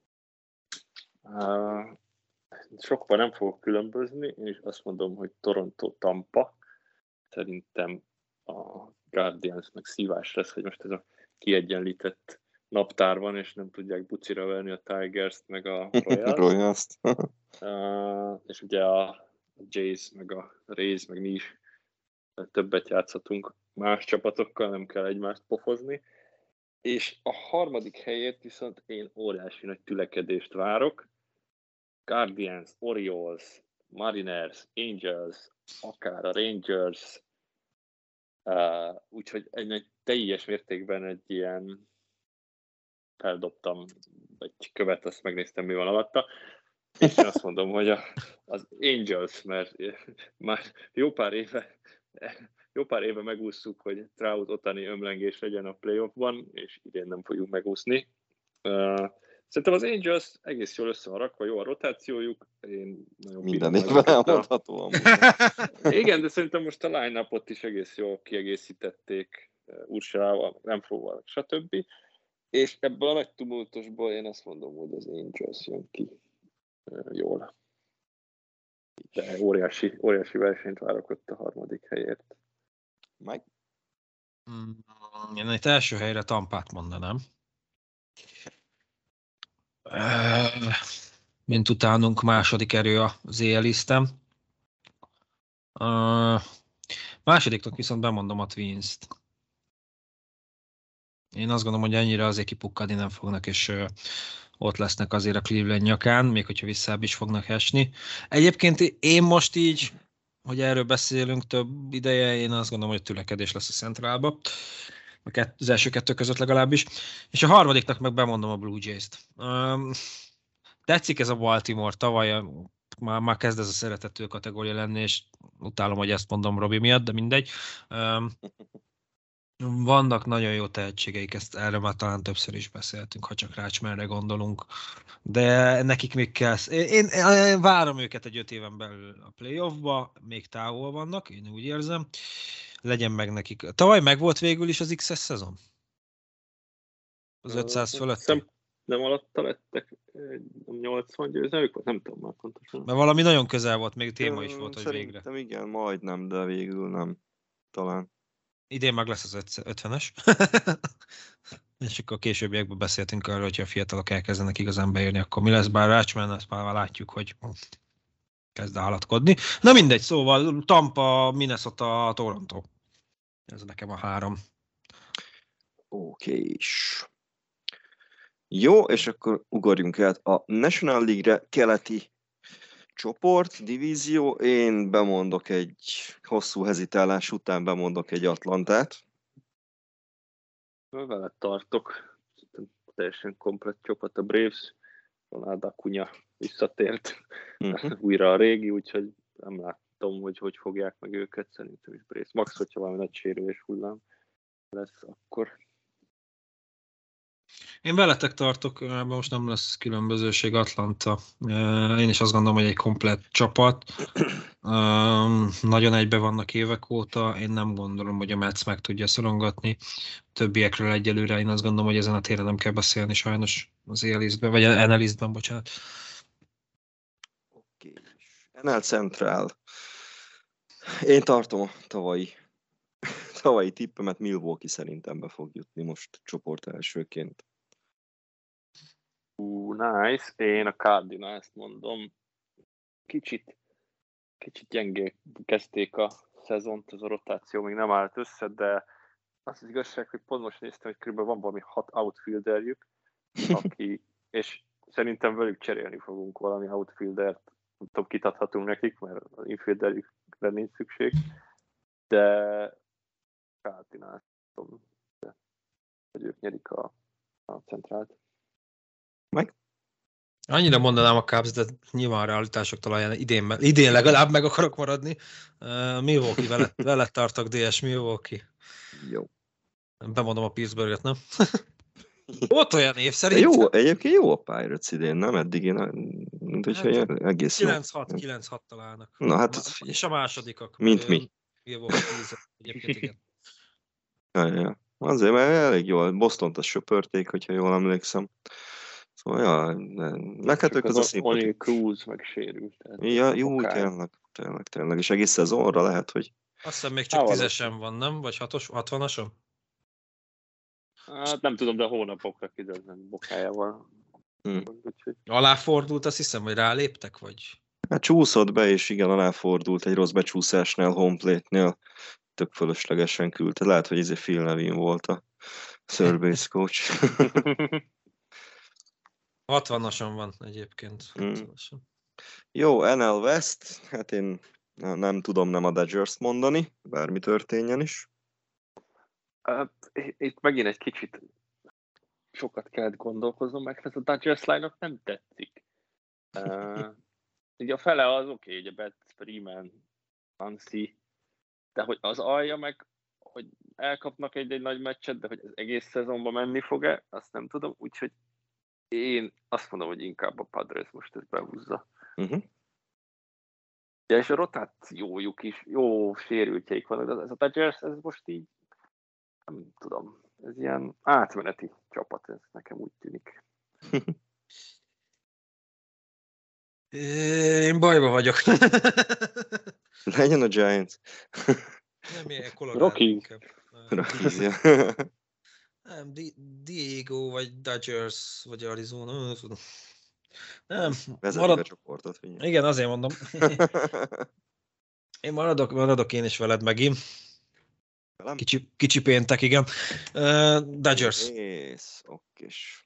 Sokban nem fogok különbözni, én is azt mondom, hogy Toronto-Tampa. Szerintem a Guardiansnak szívás lesz, hogy most ez a kiegyenlített naptár van, és nem tudják bucira verni a Tigers-t, meg a Royals-t. És ugye a Jays, meg a Rays, meg mi is többet játszhatunk más csapatokkal, nem kell egymást pofozni. És a harmadik helyért viszont én óriási nagy tülekedést várok. Guardians, Orioles, Mariners, Angels, akár a Rangers, úgyhogy egy teljes mértékben egy ilyen feldobtam egy követ, azt megnéztem, mi van alatta, és én azt mondom, hogy az Angels, mert már jó pár éve megúsztuk, hogy Trout Ohtani ömlengés legyen a playoffban, és idén nem fogjuk megúszni. Szerintem az Angels egész jól össze van rakva, jó a rotációjuk. Én nagyon minden évben elmondható. Igen, de szerintem most a line-upot is egész jól kiegészítették Ursalával, Renfróval, stb. És ebből a nagy tumultusból én azt mondom, hogy az Angels jön ki jól. De óriási versenyt várok ott a harmadik helyért. Mike? Én itt első helyre Tampát mondanám. Mint utánunk második erő az éjjelisztem. Másodiknak viszont bemondom a Twins-t. Én azt gondolom, hogy ennyire azért kipukkadni nem fognak, és ott lesznek azért a Cleveland nyakán, még hogyha visszább is fognak esni. Egyébként én most így, hogy erről beszélünk több ideje, én azt gondolom, hogy tülekedés lesz a Centrálba. Az első kettő között legalábbis. És a harmadiknak meg bemondom a Blue Jays-t. Tetszik ez a Baltimore, tavaly már kezd ez a szeretető kategória lenni, és utálom, hogy ezt mondom Robi miatt, de mindegy. Vannak nagyon jó tehetségeik, erről már talán többször is beszéltünk, ha csak Rácsmerre gondolunk, de nekik még kell. Én várom őket egy 5 éven belül a playoffba, még távol vannak, én úgy érzem. Legyen meg nekik. Tavaly meg volt végül is az XS szezon? Az 500 fölött? Nem alatta lettek 80 győzelmük, nem tudom már pontosan. Mert valami nagyon közel volt, még téma is volt, hogy végre. Szerintem igen, majdnem, de végül nem. Talán. Idén meg lesz az 50-es. És akkor a későbbiekben beszéltünk arról, hogyha a fiatalok elkezdenek igazán beérni, akkor mi lesz, bár Rácsman, ezt már látjuk, hogy kezd állatkodni. Na mindegy, szóval Tampa, Minnesota, Toronto. Ez nekem a 3. Okés. Jó, és akkor ugorjunk át a National League-re, keleti csoport, divízió. Én bemondok egy hosszú hezitálás után bemondok egy Atlantát. Vele tartok. Teljesen komplett csapat a Braves. Ronald Acuna visszatért újra a régi, úgyhogy nem láttam, hogy fogják meg őket. Szerintem is Braves. Max, hogyha valami nagy sérülés hullám lesz, akkor... Én veletek tartok, most nem lesz különbözőség Atlanta. Én is azt gondolom, hogy egy komplett csapat. Nagyon egybe vannak évek óta. Én nem gondolom, hogy a Mets meg tudja szorongatni. Többiekről egyelőre én azt gondolom, hogy ezen a téren nem kell beszélni sajnos az AL-ben, vagy NL-ben, bocsánat. Oké. NL Central. Én tartom a tavalyi tippemet, Milwaukee szerintem be fog jutni most csoport elsőként. Nice. Én a Cardinals-t mondom. Kicsit gyengé kezdték a szezont, az a rotáció még nem állt össze, de az igazság, hogy pont most néztem, hogy körülbelül van valami 6 outfielderjük, és szerintem velük cserélni fogunk valami outfieldert, nem tudom, kit adhatunk nekik, mert az infielderjükre nincs szükség, de Cardinals-tom, hogy ők nyerik a centrált. Meg? Annyira mondanám a Cubs, de nyilván a realitások talaján idén legalább meg akarok maradni. Milwaukee, vele tartok, DS Milwaukee. Jó. Bemondom a Pittsburghet, nem? Ott olyan év szerintem. Jó, egyébként jó a Pirates idén, nem? Eddig én, mint hogyha egész jó. 9-6 találnak. Na hát... És a másodikak. Mint mi. Milwaukee 10, egyébként igen. Ja. Azért, mert elég jól. Bostont azt söpörték, hogyha jól emlékszem. Szóval, ja, meg hát ők az a szimpatikus. O'Neill Cruz megsérült. Ja, jó, tényleg. És egész szezonra lehet, hogy... Azt hiszem még csak 10-esen van, nem? Vagy 60-ason? Hát nem tudom, de hónapokra kiderülnek bokájával. Aláfordult, azt hiszem, hogy ráléptek, vagy? Hát csúszott be, és igen, aláfordult egy rossz becsúszásnál, homeplate-nél. Tök fölöslegesen küldte. Lehet, hogy Phil Nevin volt a Third base coach. 60-ason van egyébként. 60-ason. Jó, NL West, hát én nem tudom nem a Dodgers mondani, bármi történjen is. Itt megint egy kicsit sokat kellett gondolkoznom, mert ez a Dodgers line-op nem tetszik. Ugye a fele az oké, ugye Betts, Freeman, Muncy, de hogy az alja meg, hogy elkapnak egy nagy meccset, de hogy az egész szezonban menni fog-e, azt nem tudom, úgyhogy én azt mondom, hogy inkább a Padres most ezt behúzza. Ja, és a rotációjuk is, jó sérültjeik van, de ez a Dodgers, ez most így, nem tudom, ez ilyen átmeneti csapat, ez nekem úgy tűnik. Én bajba vagyok. Legyen a Giants. Nem, ilyen Colorado. Rockies, ja. Nem, Diego, vagy Dodgers, vagy Arizona. Nem, vezetik a csoportot. Igen, azért mondom. Én maradok én is veled megint. Kicsi péntek, igen. Dodgers. Okés.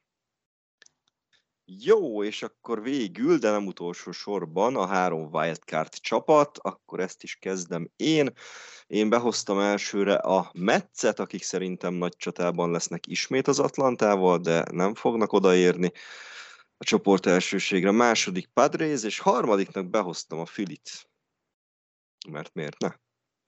Jó, és akkor végül, de nem utolsó sorban a 3 wildcard csapat, akkor ezt is kezdem én. Én behoztam elsőre a Metszet, akik szerintem nagy csatában lesznek ismét az Atlantával, de nem fognak odaérni a csoport elsőségre. Második Padres, és harmadiknak behoztam a Philit. Mert miért ne?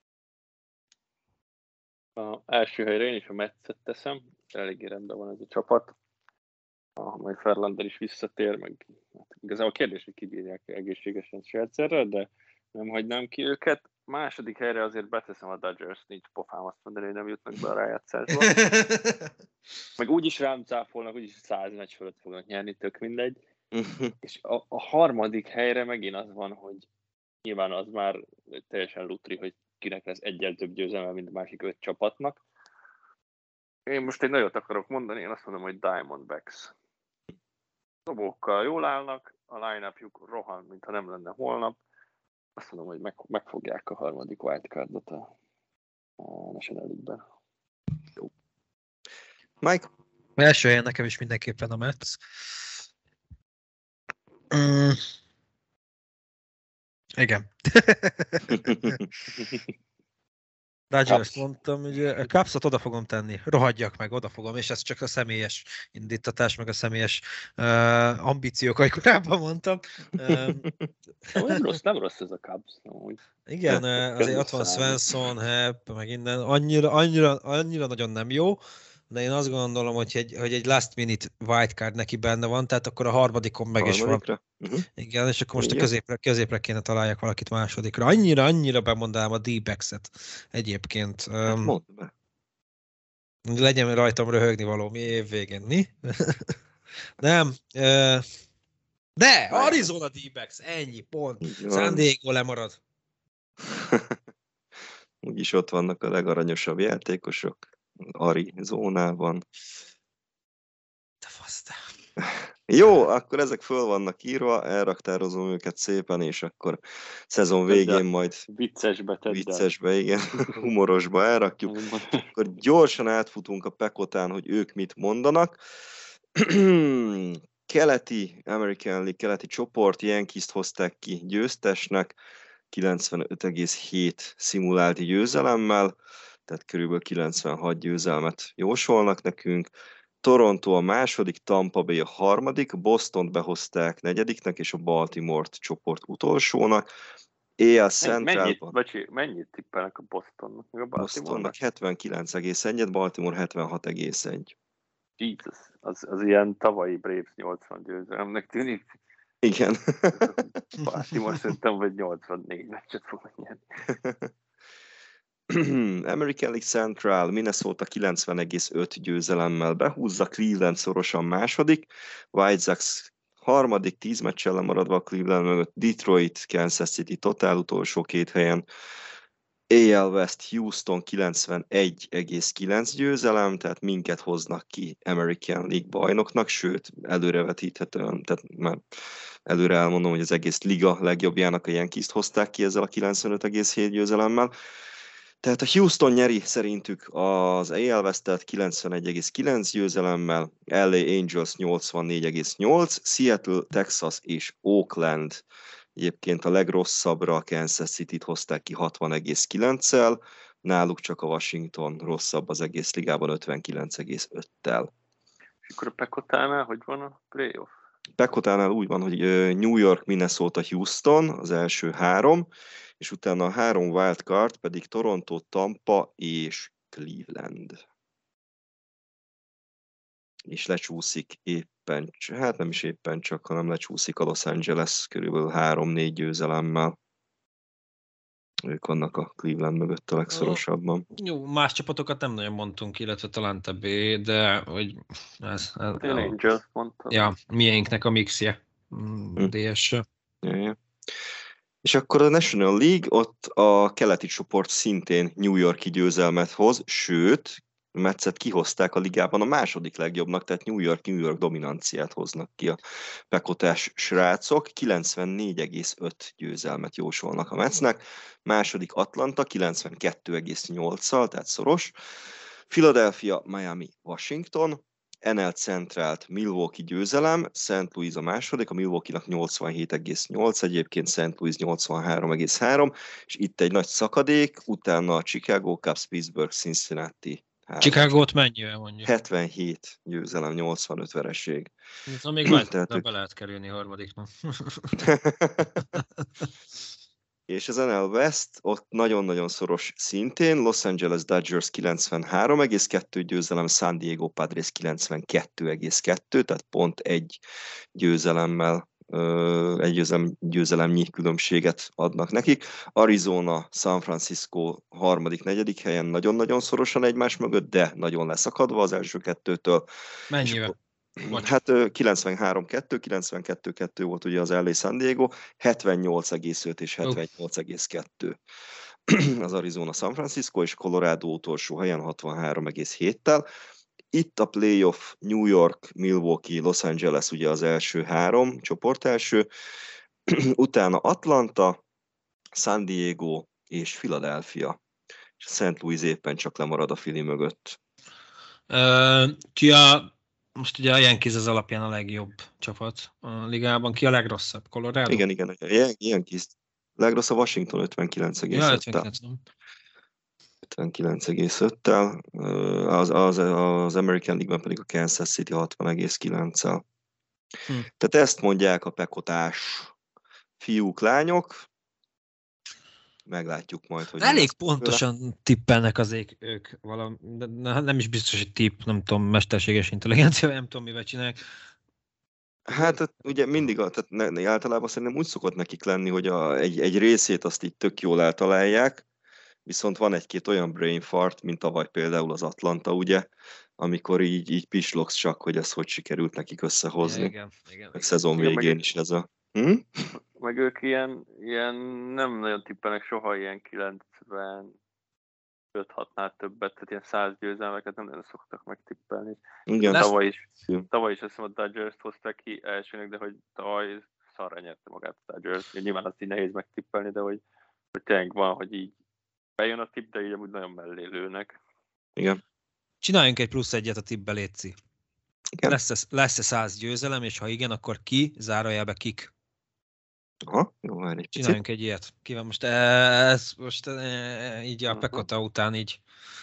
A első helyre én is a Metszet teszem, eléggé rendben van ez a csapat. Majd Ferlander is visszatér, meg hát igazából a kérdés, hogy kibírják egészségesen Scherzerrel, de nem hagynám ki őket. Második helyre azért beteszem a Dodgers, nincs pofám azt mondani, hogy nem jutnak be a rájátszásba. Meg úgyis rám cáfolnak, úgyis 100 meccs fölött fognak nyerni, tök mindegy. És a harmadik helyre megint az van, hogy nyilván az már teljesen lutri, hogy kinek lesz egyel több győzelme, mint a másik 5 csapatnak. Én most egy nagyot akarok mondani, én azt mondom, hogy Diamondbacks. Dobókkal jól állnak, a line-upjuk rohan, mintha nem lenne holnap. Azt mondom, hogy megfogják a harmadik wildcardot a National League-ben. Jó. Mike? Első helyen nekem is mindenképpen a Mets. Igen. Dodgers mondtam, ugye a Cubsot oda fogom tenni, rohadjak meg, oda fogom, és ez csak a személyes indítatás, meg a személyes ambíciók, ahogy korábban mondtam. Nem rossz ez a Cubs. Igen, azért ott van Svensson, Happ, meg innen, annyira nagyon nem jó, de én azt gondolom, hogy egy last minute wildcard neki benne van, tehát akkor a harmadikon meg is van. Igen, és akkor most a középre kéne találjak valakit másodikra. Annyira bemondám a D-backs-et egyébként. Mondd be. Legyen rajtam röhögni való év végén, mi? Nem. De! Arizona D-backs, ennyi, pont. San Diego lemarad. Úgyis ott vannak a legaranyosabb játékosok. Arizonában. De fasztál. Jó, akkor ezek föl vannak írva, elraktározom őket szépen, és akkor szezon végén majd viccesbe, igen, humorosba elrakjuk. Akkor gyorsan átfutunk a Pekotán, hogy ők mit mondanak. Keleti, American League, keleti csoport, Yankees-t hozták ki győztesnek, 95,7 szimulált győzelemmel, tehát körülbelül 96 győzelmet jósolnak nekünk. Toronto a második, Tampa Bay a harmadik, Bostont behozták negyediknek, és a Baltimore-t csoport utolsónak. AL Centralban... Mennyit tippelnek a Bostonnak? Bostonnak 79,1-et, Baltimore 76,1. Jesus, az ilyen tavalyi Braves 80 győzelemnek tűnik. Igen. Baltimore szerintem vagy 84 meccset fognak nyerni. American League Central, Minnesota 90,5 győzelemmel behúzza, Cleveland szorosan második, White Sox harmadik, 10 meccsel lemaradva a Cleveland mögött, Detroit, Kansas City totál utolsó 2 helyen, AL West, Houston 91,9 győzelem, tehát minket hoznak ki American League bajnoknak, sőt, előrevetíthetően, tehát már előre elmondom, hogy az egész liga legjobbjának a Yankees-t hozták ki ezzel a 95,7 győzelemmel. Tehát a Houston nyeri szerintük az AL Westet 91,9 győzelemmel, LA Angels 84,8, Seattle, Texas és Oakland egyébként a legrosszabbra a Kansas City-t hozták ki 60,9-szel, náluk csak a Washington rosszabb az egész ligában 59,5-tel. És akkor a Pekotánál hogy van a playoff? Pekotánál úgy van, hogy New York, Minnesota, Houston az első 3, és utána a 3 wildcard pedig Toronto, Tampa és Cleveland. És lecsúszik éppen, hát nem is éppen csak, hanem lecsúszik a Los Angeles körülbelül 3-4 győzelemmel. Ők vannak a Cleveland mögött a legszorosabban. Jó, más csapatokat nem nagyon mondtunk, illetve talán többé, de hogy ez Én Angels mondtam. Ja, miénknek a mixje. DS. Ja. És akkor a National League, ott a keleti csoport szintén New York-i győzelmet hoz, sőt, Metszet kihozták a ligában a második legjobbnak, tehát New York dominanciát hoznak ki a pekotás srácok, 94,5 győzelmet jósolnak a Metsnek, második Atlanta 92,8-szal, tehát szoros, Philadelphia, Miami, Washington, NL Centralt Milwaukee győzelem, St. Louis a második, a Milwaukee-nak 87,8, egyébként St. Louis 83,3, és itt egy nagy szakadék, utána a Chicago Cubs, Pittsburgh, Cincinnati. Chicago-t mennyivel mondjuk? 77 győzelem, 85 vereség. Ez még majd be lehet kerülni harmadiknak. És az NL West, ott nagyon-nagyon szoros szintén, Los Angeles Dodgers 93,2 győzelem, San Diego Padres 92,2, tehát pont egy győzelemmel, egy győzelemnyi különbséget adnak nekik. Arizona, San Francisco harmadik, negyedik helyen nagyon-nagyon szorosan egymás mögött, de nagyon leszakadva az első kettőtől. Mennyivel? Hát 93-2, 92-2 volt ugye az LA San Diego, 78,5 és 78,2 az Arizona San Francisco, és Colorado utolsó helyen 63,7-tel. Itt a playoff New York, Milwaukee, Los Angeles ugye az első 3 csoport első, utána Atlanta, San Diego és Philadelphia, és St. Louis éppen csak lemarad a Philly mögött. Most ugye a Yankees az alapján a legjobb csapat a ligában. Ki a legrosszabb? Colorado? Igen. Yankees. Legrosszabb Washington 59,5-tel. 59,5-tel. Az American League-ben pedig a Kansas City 60,9-tel. Tehát ezt mondják a pekotás fiúk, lányok. Meglátjuk majd, hogy... Elég pontosan tippelnek azért ők valami, de nem is biztos, hogy tipp, nem tudom, mesterséges intelligencia, nem tudom, mivel csinálják. Hát ugye mindig, tehát általában szerintem úgy szokott nekik lenni, hogy egy részét azt így tök jól eltalálják, viszont van egy-két olyan brain fart, mint tavaly például az Atlanta, ugye, amikor így pislogsz csak, hogy ez hogy sikerült nekik összehozni. Igen. A szezon végén is ez a... Meg ők ilyen nem nagyon tippelnek soha ilyen 95-6-nál többet, tehát ilyen 100 győzelmeket nem nagyon szoktak megtippelni. Igen. Tavaly is azt hiszem a Dodgers-t hozták ki elsőnek, de hogy tavaly szarra nyerte magát a Dodgers. Nyilván azt így nehéz megtippelni, de hogy tényleg van, hogy így bejön a tipp, de így amúgy nagyon mellé lőnek. Igen. Csináljunk egy plusz egyet a tippbe, létszi. Lesz-e 100 győzelem, és ha igen, akkor ki, zárójelbe kik? Aha, jó, várj egy csináljunk egy ilyet. Kíván most ez így a Pekota után így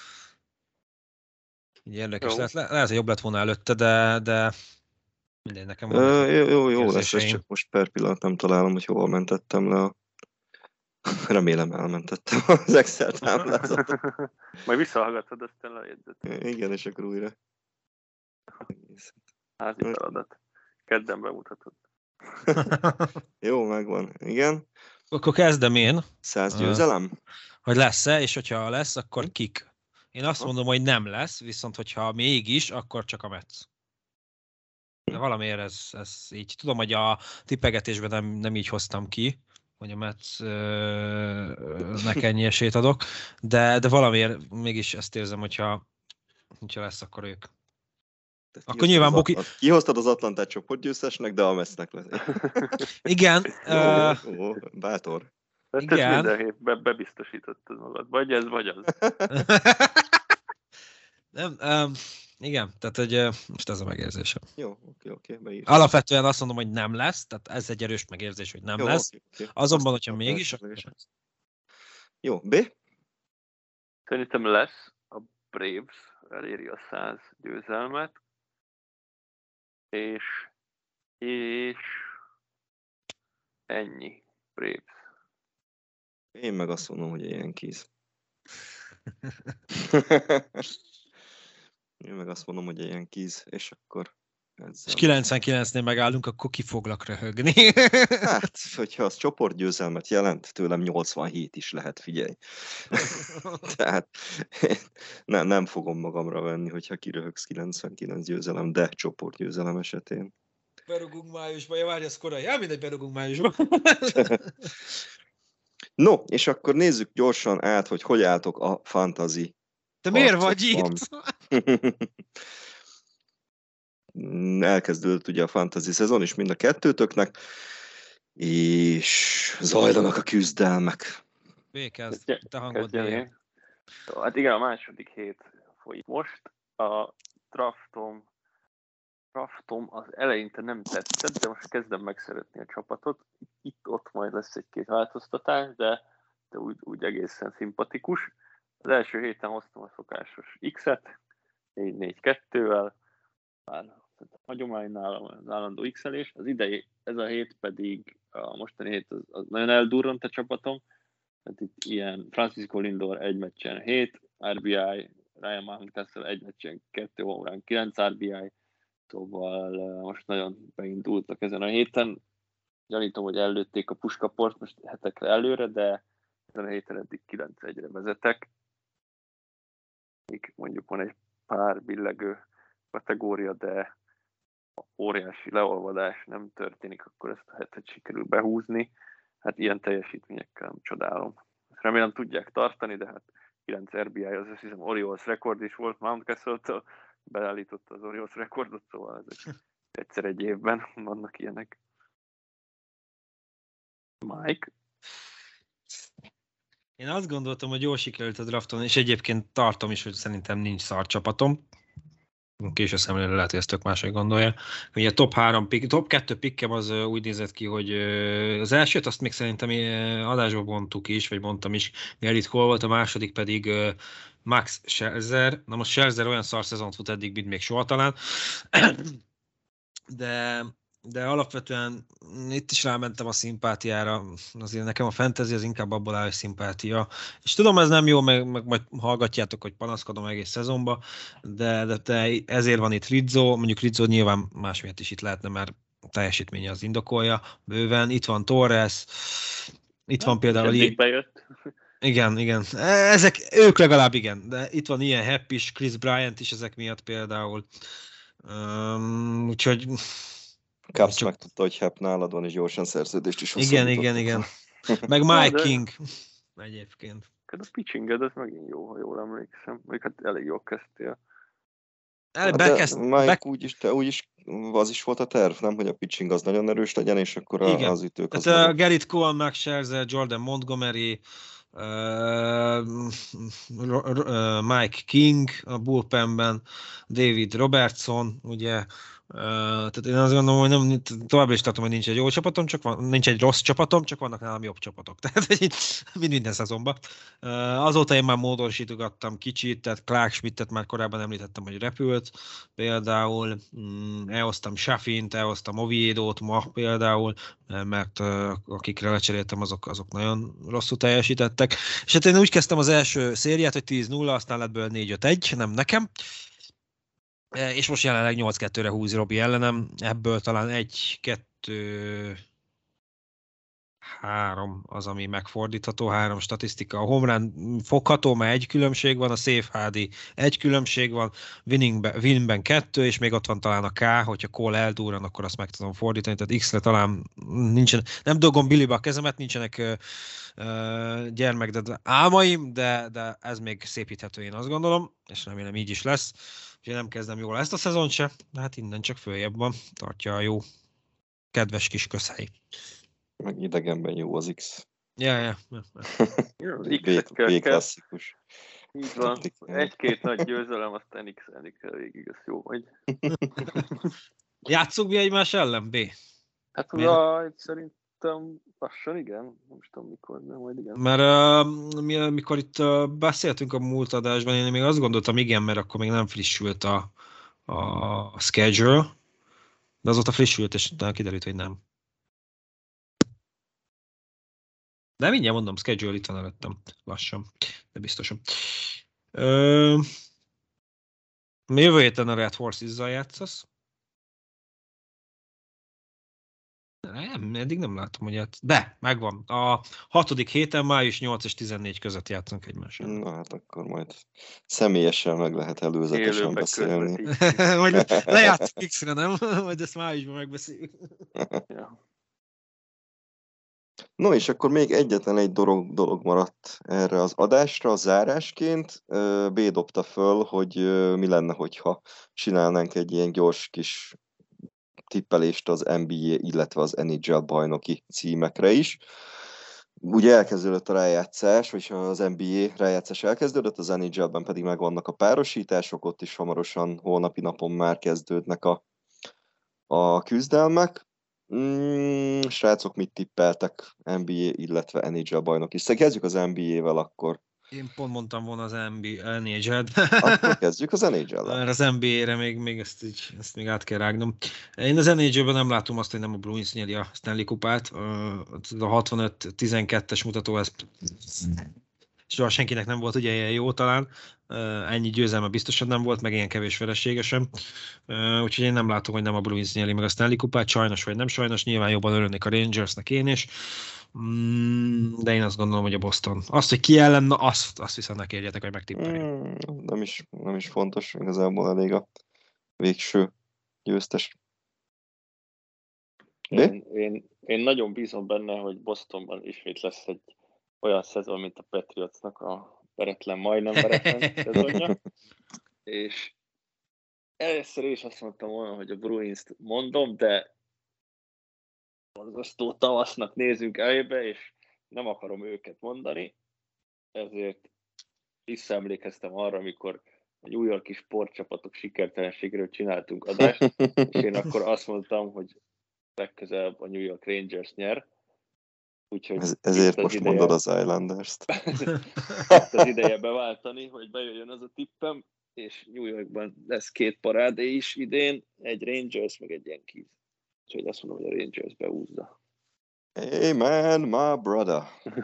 érdekes. Lehet, hogy jobb lett volna előtte, de mindegy, nekem van. Jó lesz, ez csak most per pillanat nem találom, hogy hova mentettem le remélem elmentettem az Excel táblázatot. Majd visszahallgatod, aztán lejegyzet. Igen, és akkor újra. Házi feladat. Kedden bemutatod. Jó, megvan. Igen. Akkor kezdem én. 100 győzelem? Hogy lesz-e, és hogyha lesz, akkor kik? Én azt mondom, hogy nem lesz, viszont hogyha mégis, akkor csak a Mets. De valamiért ez így. Tudom, hogy a tippegetésben nem így hoztam ki, hogy a Metsnek ennyi esélyt adok, de valamiért mégis ezt érzem, hogyha lesz, akkor ők. Akkor nyilván Kihoztad az Atlantát csoportgyőztesnek, de a Metsnek lesz. Igen. Bátor. Ezt minden hétben bebiztosítottad magad. Vagy ez, vagy az. Nem, igen, tehát hogy most ez a megérzésem. Jó, oké, beírom. Alapvetően azt mondom, hogy nem lesz, tehát ez egy erős megérzés, hogy nem lesz. Okay. Azonban, hogyha mégis, akkor... Jó, B? Szerintem lesz. A Braves eléri a 100 győzelmet, és ennyi. Braves. Én meg azt mondom, hogy a Yankees. Én meg azt mondom, hogy a Yankees, és akkor ezzel... És 99-nél megállunk, akkor ki foglak röhögni. Hát, hogyha az csoportgyőzelmet jelent, tőlem 87 is lehet, figyelj. Tehát nem fogom magamra venni, hogyha kiröhögsz 99 győzelem, de csoportgyőzelem esetén. Berugunk májusban, ja várj, ez korai. Mindegy, berugunk májusban. No, és akkor nézzük gyorsan át, hogy álltok a fantasy. Te miért vagy itt? Elkezdődött ugye a fantasy szezon is mind a kettőtöknek, és zajlanak a küzdelmek. Végkezd, te hangod miért? Hát igen, a második hét folyik most. A draftom az eleinte nem tetszett, de most kezdem megszeretni a csapatot. Itt-ott majd lesz egy-két változtatás, de úgy egészen szimpatikus. Az első héten hoztam a szokásos X-et, 4-4-2-vel, már hagyomány nálam az állandó X-elés. Az idei, ez a hét pedig, a mostani hét az nagyon eldurrant a csapatom. Tehát itt ilyen Francisco Lindor egy meccsen 7 RBI, Ryan Mountcastle egy meccsen 2 home run, 9 RBI, szóval most nagyon beindultak ezen a héten. Gyanítom, hogy előtték a puskaport most hetekre előre, de ezen a héten eddig 9-1-re vezetek. Még mondjuk van egy pár billegő kategória, de óriási leolvadás nem történik, akkor ezt a hetet sikerül behúzni. Hát ilyen teljesítményekkel nem csodálom. Ezt remélem tudják tartani, de hát 9 RBI az azt hiszem Orioles rekord is volt, Mountcastle-től beállította az Orioles rekordot, szóval ezek egyszer egy évben vannak ilyenek. Mike? Én azt gondoltam, hogy jól sikerült a drafton, és egyébként tartom is, hogy szerintem nincs szar csapatom. Késő szemlélő lehet, hogy ezt tök máshogy gondolja. Ugye a top 2 pikkem az úgy nézett ki, hogy az elsőt azt még szerintem adásba bontuk is, vagy mondtam is, Gerrit Cole volt, a második pedig Max Scherzer. Na most Scherzer olyan szar szezont fut eddig, mint még soha talán. De alapvetően itt is rámentem a szimpátiára, azért nekem a fantasy az inkább abból áll, hogy szimpátia. És tudom, ez nem jó, meg majd hallgatjátok, hogy panaszkodom egész szezonba, de ezért van itt Rizzo, mondjuk Rizzo nyilván másmiatt is itt lehetne, mert a teljesítménye az indokolja bőven. Itt van Torres, itt van például... Igen. Ők legalább igen, de itt van ilyen Happy is, Chris Bryant is ezek miatt például. Úgyhogy... Cubs megtudta, hogy Happ nálad van, és gyorsan szerződést is hosszabbítottak. Igen. Meg Mike King egyébként. A pitchinged, ez megint jó, ha jól emlékszem. Még hát elég jól kezdtél. Mike úgyis az is volt a terv, nem? Hogy a pitching az nagyon erős legyen, és akkor az ütők az... Tehát Gerrit Cole, Max Scherzer, Jordan Montgomery, Mike King a bullpenben, David Robertson, ugye, tehát én azt gondolom, hogy nem, továbbra is tartom, hogy nincs egy jó csapatom, nincs egy rossz csapatom, csak vannak nálam jobb csapatok. Tehát minden szezonban. Azóta én már módosítogattam kicsit, tehát Clark Schmidtet már korábban említettem, hogy repült. Például elhoztam Shaffint, elhoztam Oviedót ma például, mert akikre lecseréltem, azok nagyon rosszul teljesítettek. És hát én úgy kezdtem az első szériát, hogy 10-0, aztán lett belőle 4-5-1, nem nekem. És most jelenleg 8-2-re húz Robi ellenem, ebből talán 1-2-3 az, ami megfordítható, 3 statisztika. A home run fogható, mert 1 különbség van, a Safe HD 1 különbség van, winben 2, és még ott van talán a K, hogyha Cole eldurran, akkor azt meg tudom fordítani, tehát X-le talán nincsen, nem dolgom Billybe a kezemet, nincsenek gyermek álmaim, de ez még szépíthető, én azt gondolom, és remélem így is lesz. Úgyhogy nem kezdem jól ezt a szezont se, de hát innen csak följebb van, tartja a jó, kedves kis közhely. Meg idegenben jó az X. Ja. B klasszikus. Így van. Egy-két nagy győzelem, aztán X-elni kell végig, ez jó vagy. Játsszuk mi egymás ellen, B? Hát az szerintem lassan igen. Nem is tudom mikor, de majd igen. Mert mikor itt beszéltünk a múlt adásban, én még azt gondoltam, igen, mert akkor még nem frissült a schedule, de azóta frissült, és utána kiderült, hogy nem. De mindjárt mondom, schedule itt van előttem, lassan, de biztosan. Jövő héten a Red Horses-zal játszasz? Nem, eddig nem látom, hogy de, megvan. A 6. héten, május 8 és 14 között játszunk egymással. Na hát akkor majd személyesen meg lehet előzetesen beszélni. Vagy lejátszunk X-re, nem? Vagy ezt májusban megbeszéljük. Ja. No, és akkor még egyetlen egy dolog maradt erre az adásra, a zárásként. B dobta föl, hogy mi lenne, hogyha csinálnánk egy ilyen gyors kis tippelést az NBA, illetve az NHL bajnoki címekre is. Ugye elkezdődött a rájátszás, vagy az NBA rájátszás elkezdődött, az NHL-ben pedig megvannak a párosítások, ott is hamarosan holnapi napon már kezdődnek a küzdelmek. Srácok, mit tippeltek NBA, illetve NHL bajnoki? Kezdjük az NBA-vel akkor. Én pont mondtam volna az NHL-t. Akkor kezdjük az NHL-el. Mert az NBA-re még ezt még át kell rágnom. Én az NHL-ben nem látom azt, hogy nem a Bruins nyeri a Stanley kupát. A 65-12-es mutató, ez soha senkinek nem volt ugye ilyen jó talán. Ennyi győzelme biztosan nem volt, meg ilyen kevés veresége sem. Úgyhogy én nem látom, hogy nem a Bruins nyeri meg a Stanley kupát, sajnos vagy nem sajnos. Nyilván jobban örülnék a Rangersnek én is. De én azt gondolom, hogy a Boston. Azt, hogy ki ellen, azt viszont ne kérjetek, hogy megtippeljem. Nem is fontos, igazából elég a végső győztes. Én nagyon bízom benne, hogy Bostonban ismét lesz egy olyan szezon, mint a Patriotsnak a majdnem veretlen szezonja. És először is azt mondtam volna, hogy a Bruins-t mondom, de borzasztó tavasznak nézünk elébe, és nem akarom őket mondani, ezért visszaemlékeztem arra, amikor a New York-i sportcsapatok sikertelenségről csináltunk adást, és én akkor azt mondtam, hogy legközelebb a New York Rangers nyer. Úgyhogy ezért most ideje, mondod az Islanders-t. az ideje beváltani, hogy bejöjjön az a tippem, és New Yorkban lesz 2 parádé is idén, egy Rangers, meg egy Yankees. Úgyhogy azt mondom, hogy a Rangers beúzza. Amen, my brother.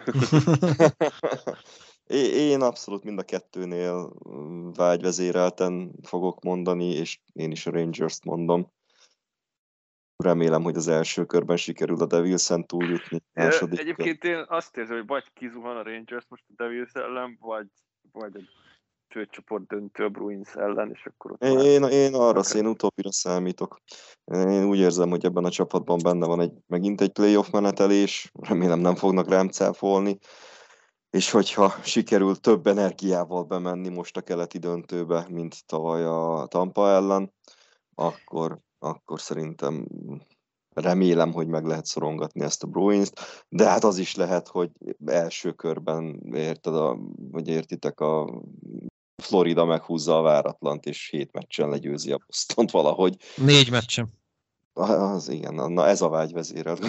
Én abszolút mind a kettőnél vágyvezérelten fogok mondani, és én is a Rangers-t mondom. Remélem, hogy az első körben sikerül a Devils-en túljutni. Egyébként én azt érzem, hogy vagy kizuhan a Rangers most a Devils ellen, vagy egy csőcsoport döntő a Bruins ellen, és akkor ott én utóbbira számítok. Én úgy érzem, hogy ebben a csapatban benne van megint egy playoff menetelés, remélem nem fognak rám cáfolni, és hogyha sikerül több energiával bemenni most a keleti döntőbe, mint tavaly a Tampa ellen, akkor szerintem remélem, hogy meg lehet szorongatni ezt a Bruins-t, de hát az is lehet, hogy első körben értitek, a Florida meghúzza a váratlant, és 7 meccsen legyőzi a Bostont valahogy. 4 meccsen. Az igen, na ez a vágyvezérelt.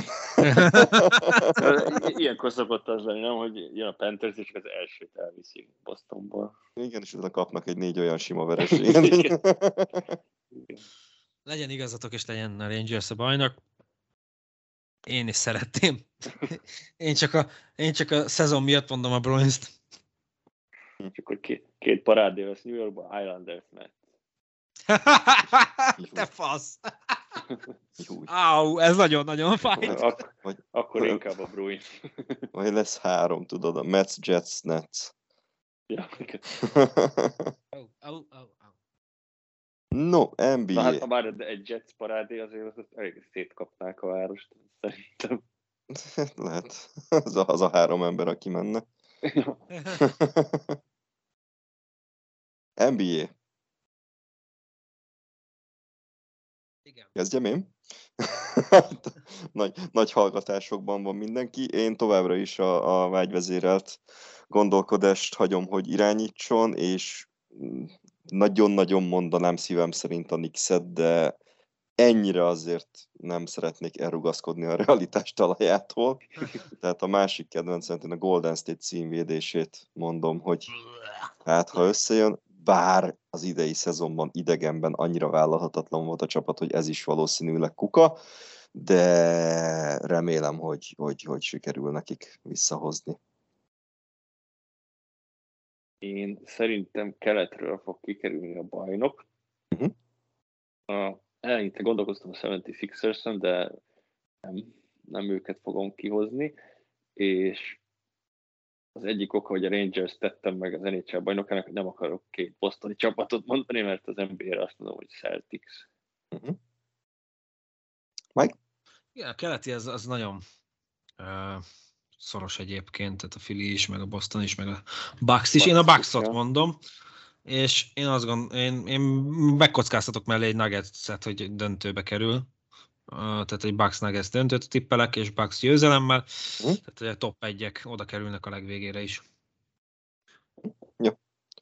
Ilyenkor szokott az lenni, nem, hogy jön a Panthers, és az elsőt elviszi Bostonból. Igen, és utána kapnak egy 4 olyan sima vereséget. Legyen igazatok, és legyen a Rangers a bajnok. Én is szeretném. Én csak a szezon miatt mondom a Bruins-t. És akkor 2 parádé lesz New Yorkban, Islanders Mets. Te fasz! Áú, ez nagyon-nagyon fáj. Akkor inkább a Bruins. Vagy lesz 3, tudod, a Mets, Jets, Nets. Ja, No, NBA. Na hát, ha már egy Jets parádé, azért az elég szétkapnák a várost, szerintem. Lehet. Az a 3 ember, aki menne. NBA. Igen. Kezdjem én? Nagy hallgatásokban van mindenki. Én továbbra is a vágyvezérelt gondolkodást hagyom, hogy irányítson, és nagyon-nagyon mondanám szívem szerint a Knickset, de ennyire azért nem szeretnék elrugaszkodni a realitás talajától. Tehát a másik kedvencem, a Golden State címvédését mondom, hogy hát ha összejön, bár az idei szezonban idegenben annyira vállalhatatlan volt a csapat, hogy ez is valószínűleg kuka, de remélem, hogy sikerül nekik visszahozni. Én szerintem keletről fog kikerülni a bajnok. Eleinte gondolkoztam a 76ers-en, de nem őket fogom kihozni, és az egyik oka, hogy a Rangers tettem meg az NHL bajnokának, hogy nem akarok két bostoni csapatot mondani, mert az NBA-re azt mondom, hogy Celtics. Mike? Igen, a keleti az nagyon szoros egyébként, tehát a Philly is, meg a Boston is, meg a Bucks is. Én a Bucksot mondom, és én azt gondolom, én megkockáztatok mellé egy Nuggets-et, hogy döntőbe kerül. Tehát egy Bucks Nuggets döntőt tippelek, és Bucks győzelemmel. Tehát a top 1-ek oda kerülnek a legvégére is. Jó.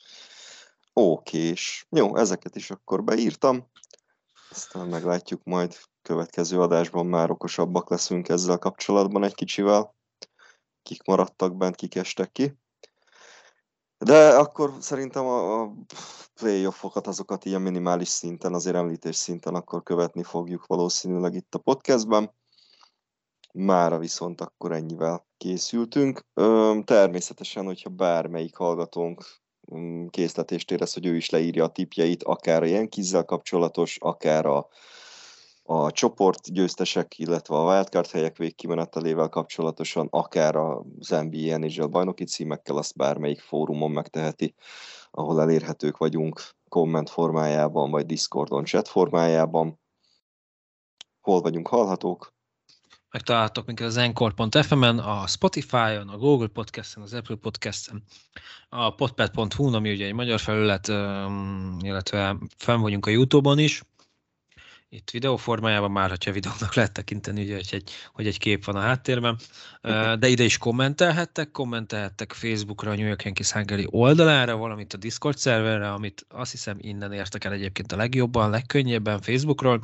Okés. Jó, ezeket is akkor beírtam. Aztán meglátjuk majd következő adásban, már okosabbak leszünk ezzel kapcsolatban egy kicsivel. Kik maradtak bent, kik estek ki. De akkor szerintem a play-offokat, azokat ilyen minimális szinten, azért említés szinten akkor követni fogjuk valószínűleg itt a podcastben. Mára viszont akkor ennyivel készültünk. Természetesen, hogyha bármelyik hallgatónk készletést érez, hogy ő is leírja a tippjeit, akár a Yankees-zel kapcsolatos, akár a csoport győztesek, illetve a wildcard helyek végkimenetelével kapcsolatosan, akár az NBA NHL bajnoki címekkel, azt bármelyik fórumon megteheti, ahol elérhetők vagyunk komment formájában, vagy Discordon chat formájában. Hol vagyunk hallhatók? Megtaláltok minket az Anchor.fm-en, a Spotify-on, a Google Podcast-en, az Apple Podcast-en, a podpad.hu-n, ami ugye egy magyar felület, illetve fenn vagyunk a YouTube-on is. Itt videó formájában már, hogyha videónak lehet tekinteni, ugye, hogy egy kép van a háttérben, de ide is kommentelhettek Facebookra, a New York Yankees Hungary oldalára, valamint a Discord szerverre, amit azt hiszem innen értek el egyébként a legjobban, legkönnyebben Facebookról.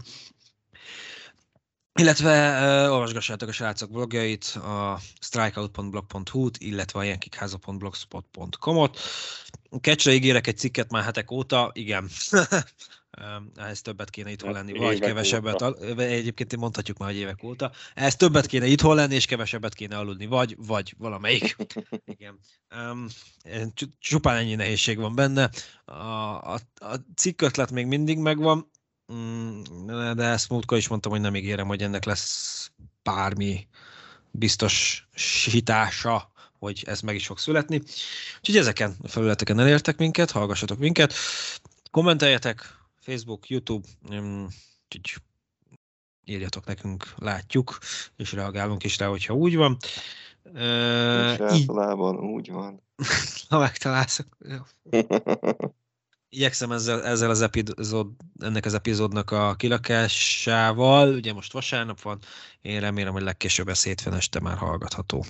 Illetve olvasgassátok a srácok blogjait, a strikeout.blog.hu-t, illetve a yankikháza.blogspot.com-ot. Kecsre ígérek egy cikket már hetek óta, igen. Ehhez többet kéne itthon lenni, vagy kevesebbet. Egyébként mondhatjuk már, hogy évek óta. Ehhez többet kéne itthon lenni, és kevesebbet kéne aludni, vagy valamelyik. Igen. Csupán ennyi nehézség van benne. A cikkötlet még mindig megvan, de ezt múltkor is mondtam, hogy nem ígérem, hogy ennek lesz bármi biztosítása, hogy ez meg is fog születni. Úgyhogy ezeken a felületeken elértek minket, hallgassatok minket, kommenteljetek, Facebook, YouTube, úgyhogy írjatok nekünk, látjuk, és reagálunk is rá, hogyha úgy van. És általában úgy van. Ha megtalálsz. Igyekszem ezzel ennek az epizódnak a kilakásával, ugye most vasárnap van, én remélem, hogy legkésőbb ez hétfőn este már hallgatható.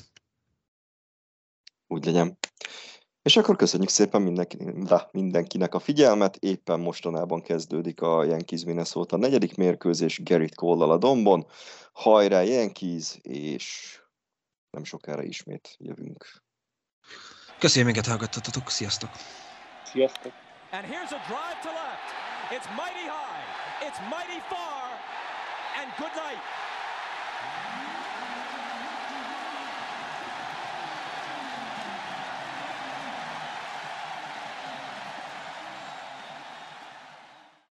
Úgy legyen. És akkor köszönjük szépen mindenkinek a figyelmet. Éppen mostanában kezdődik a Yankees Minnesota 4. mérkőzés Gerrit Cole-lal a dombon. Hajrá Yankees, és nem sokára ismét jövünk. Köszönjük, minket hallgattatok, sziasztok! Sziasztok! And here's a drive to left. It's mighty high. It's mighty far. And good night.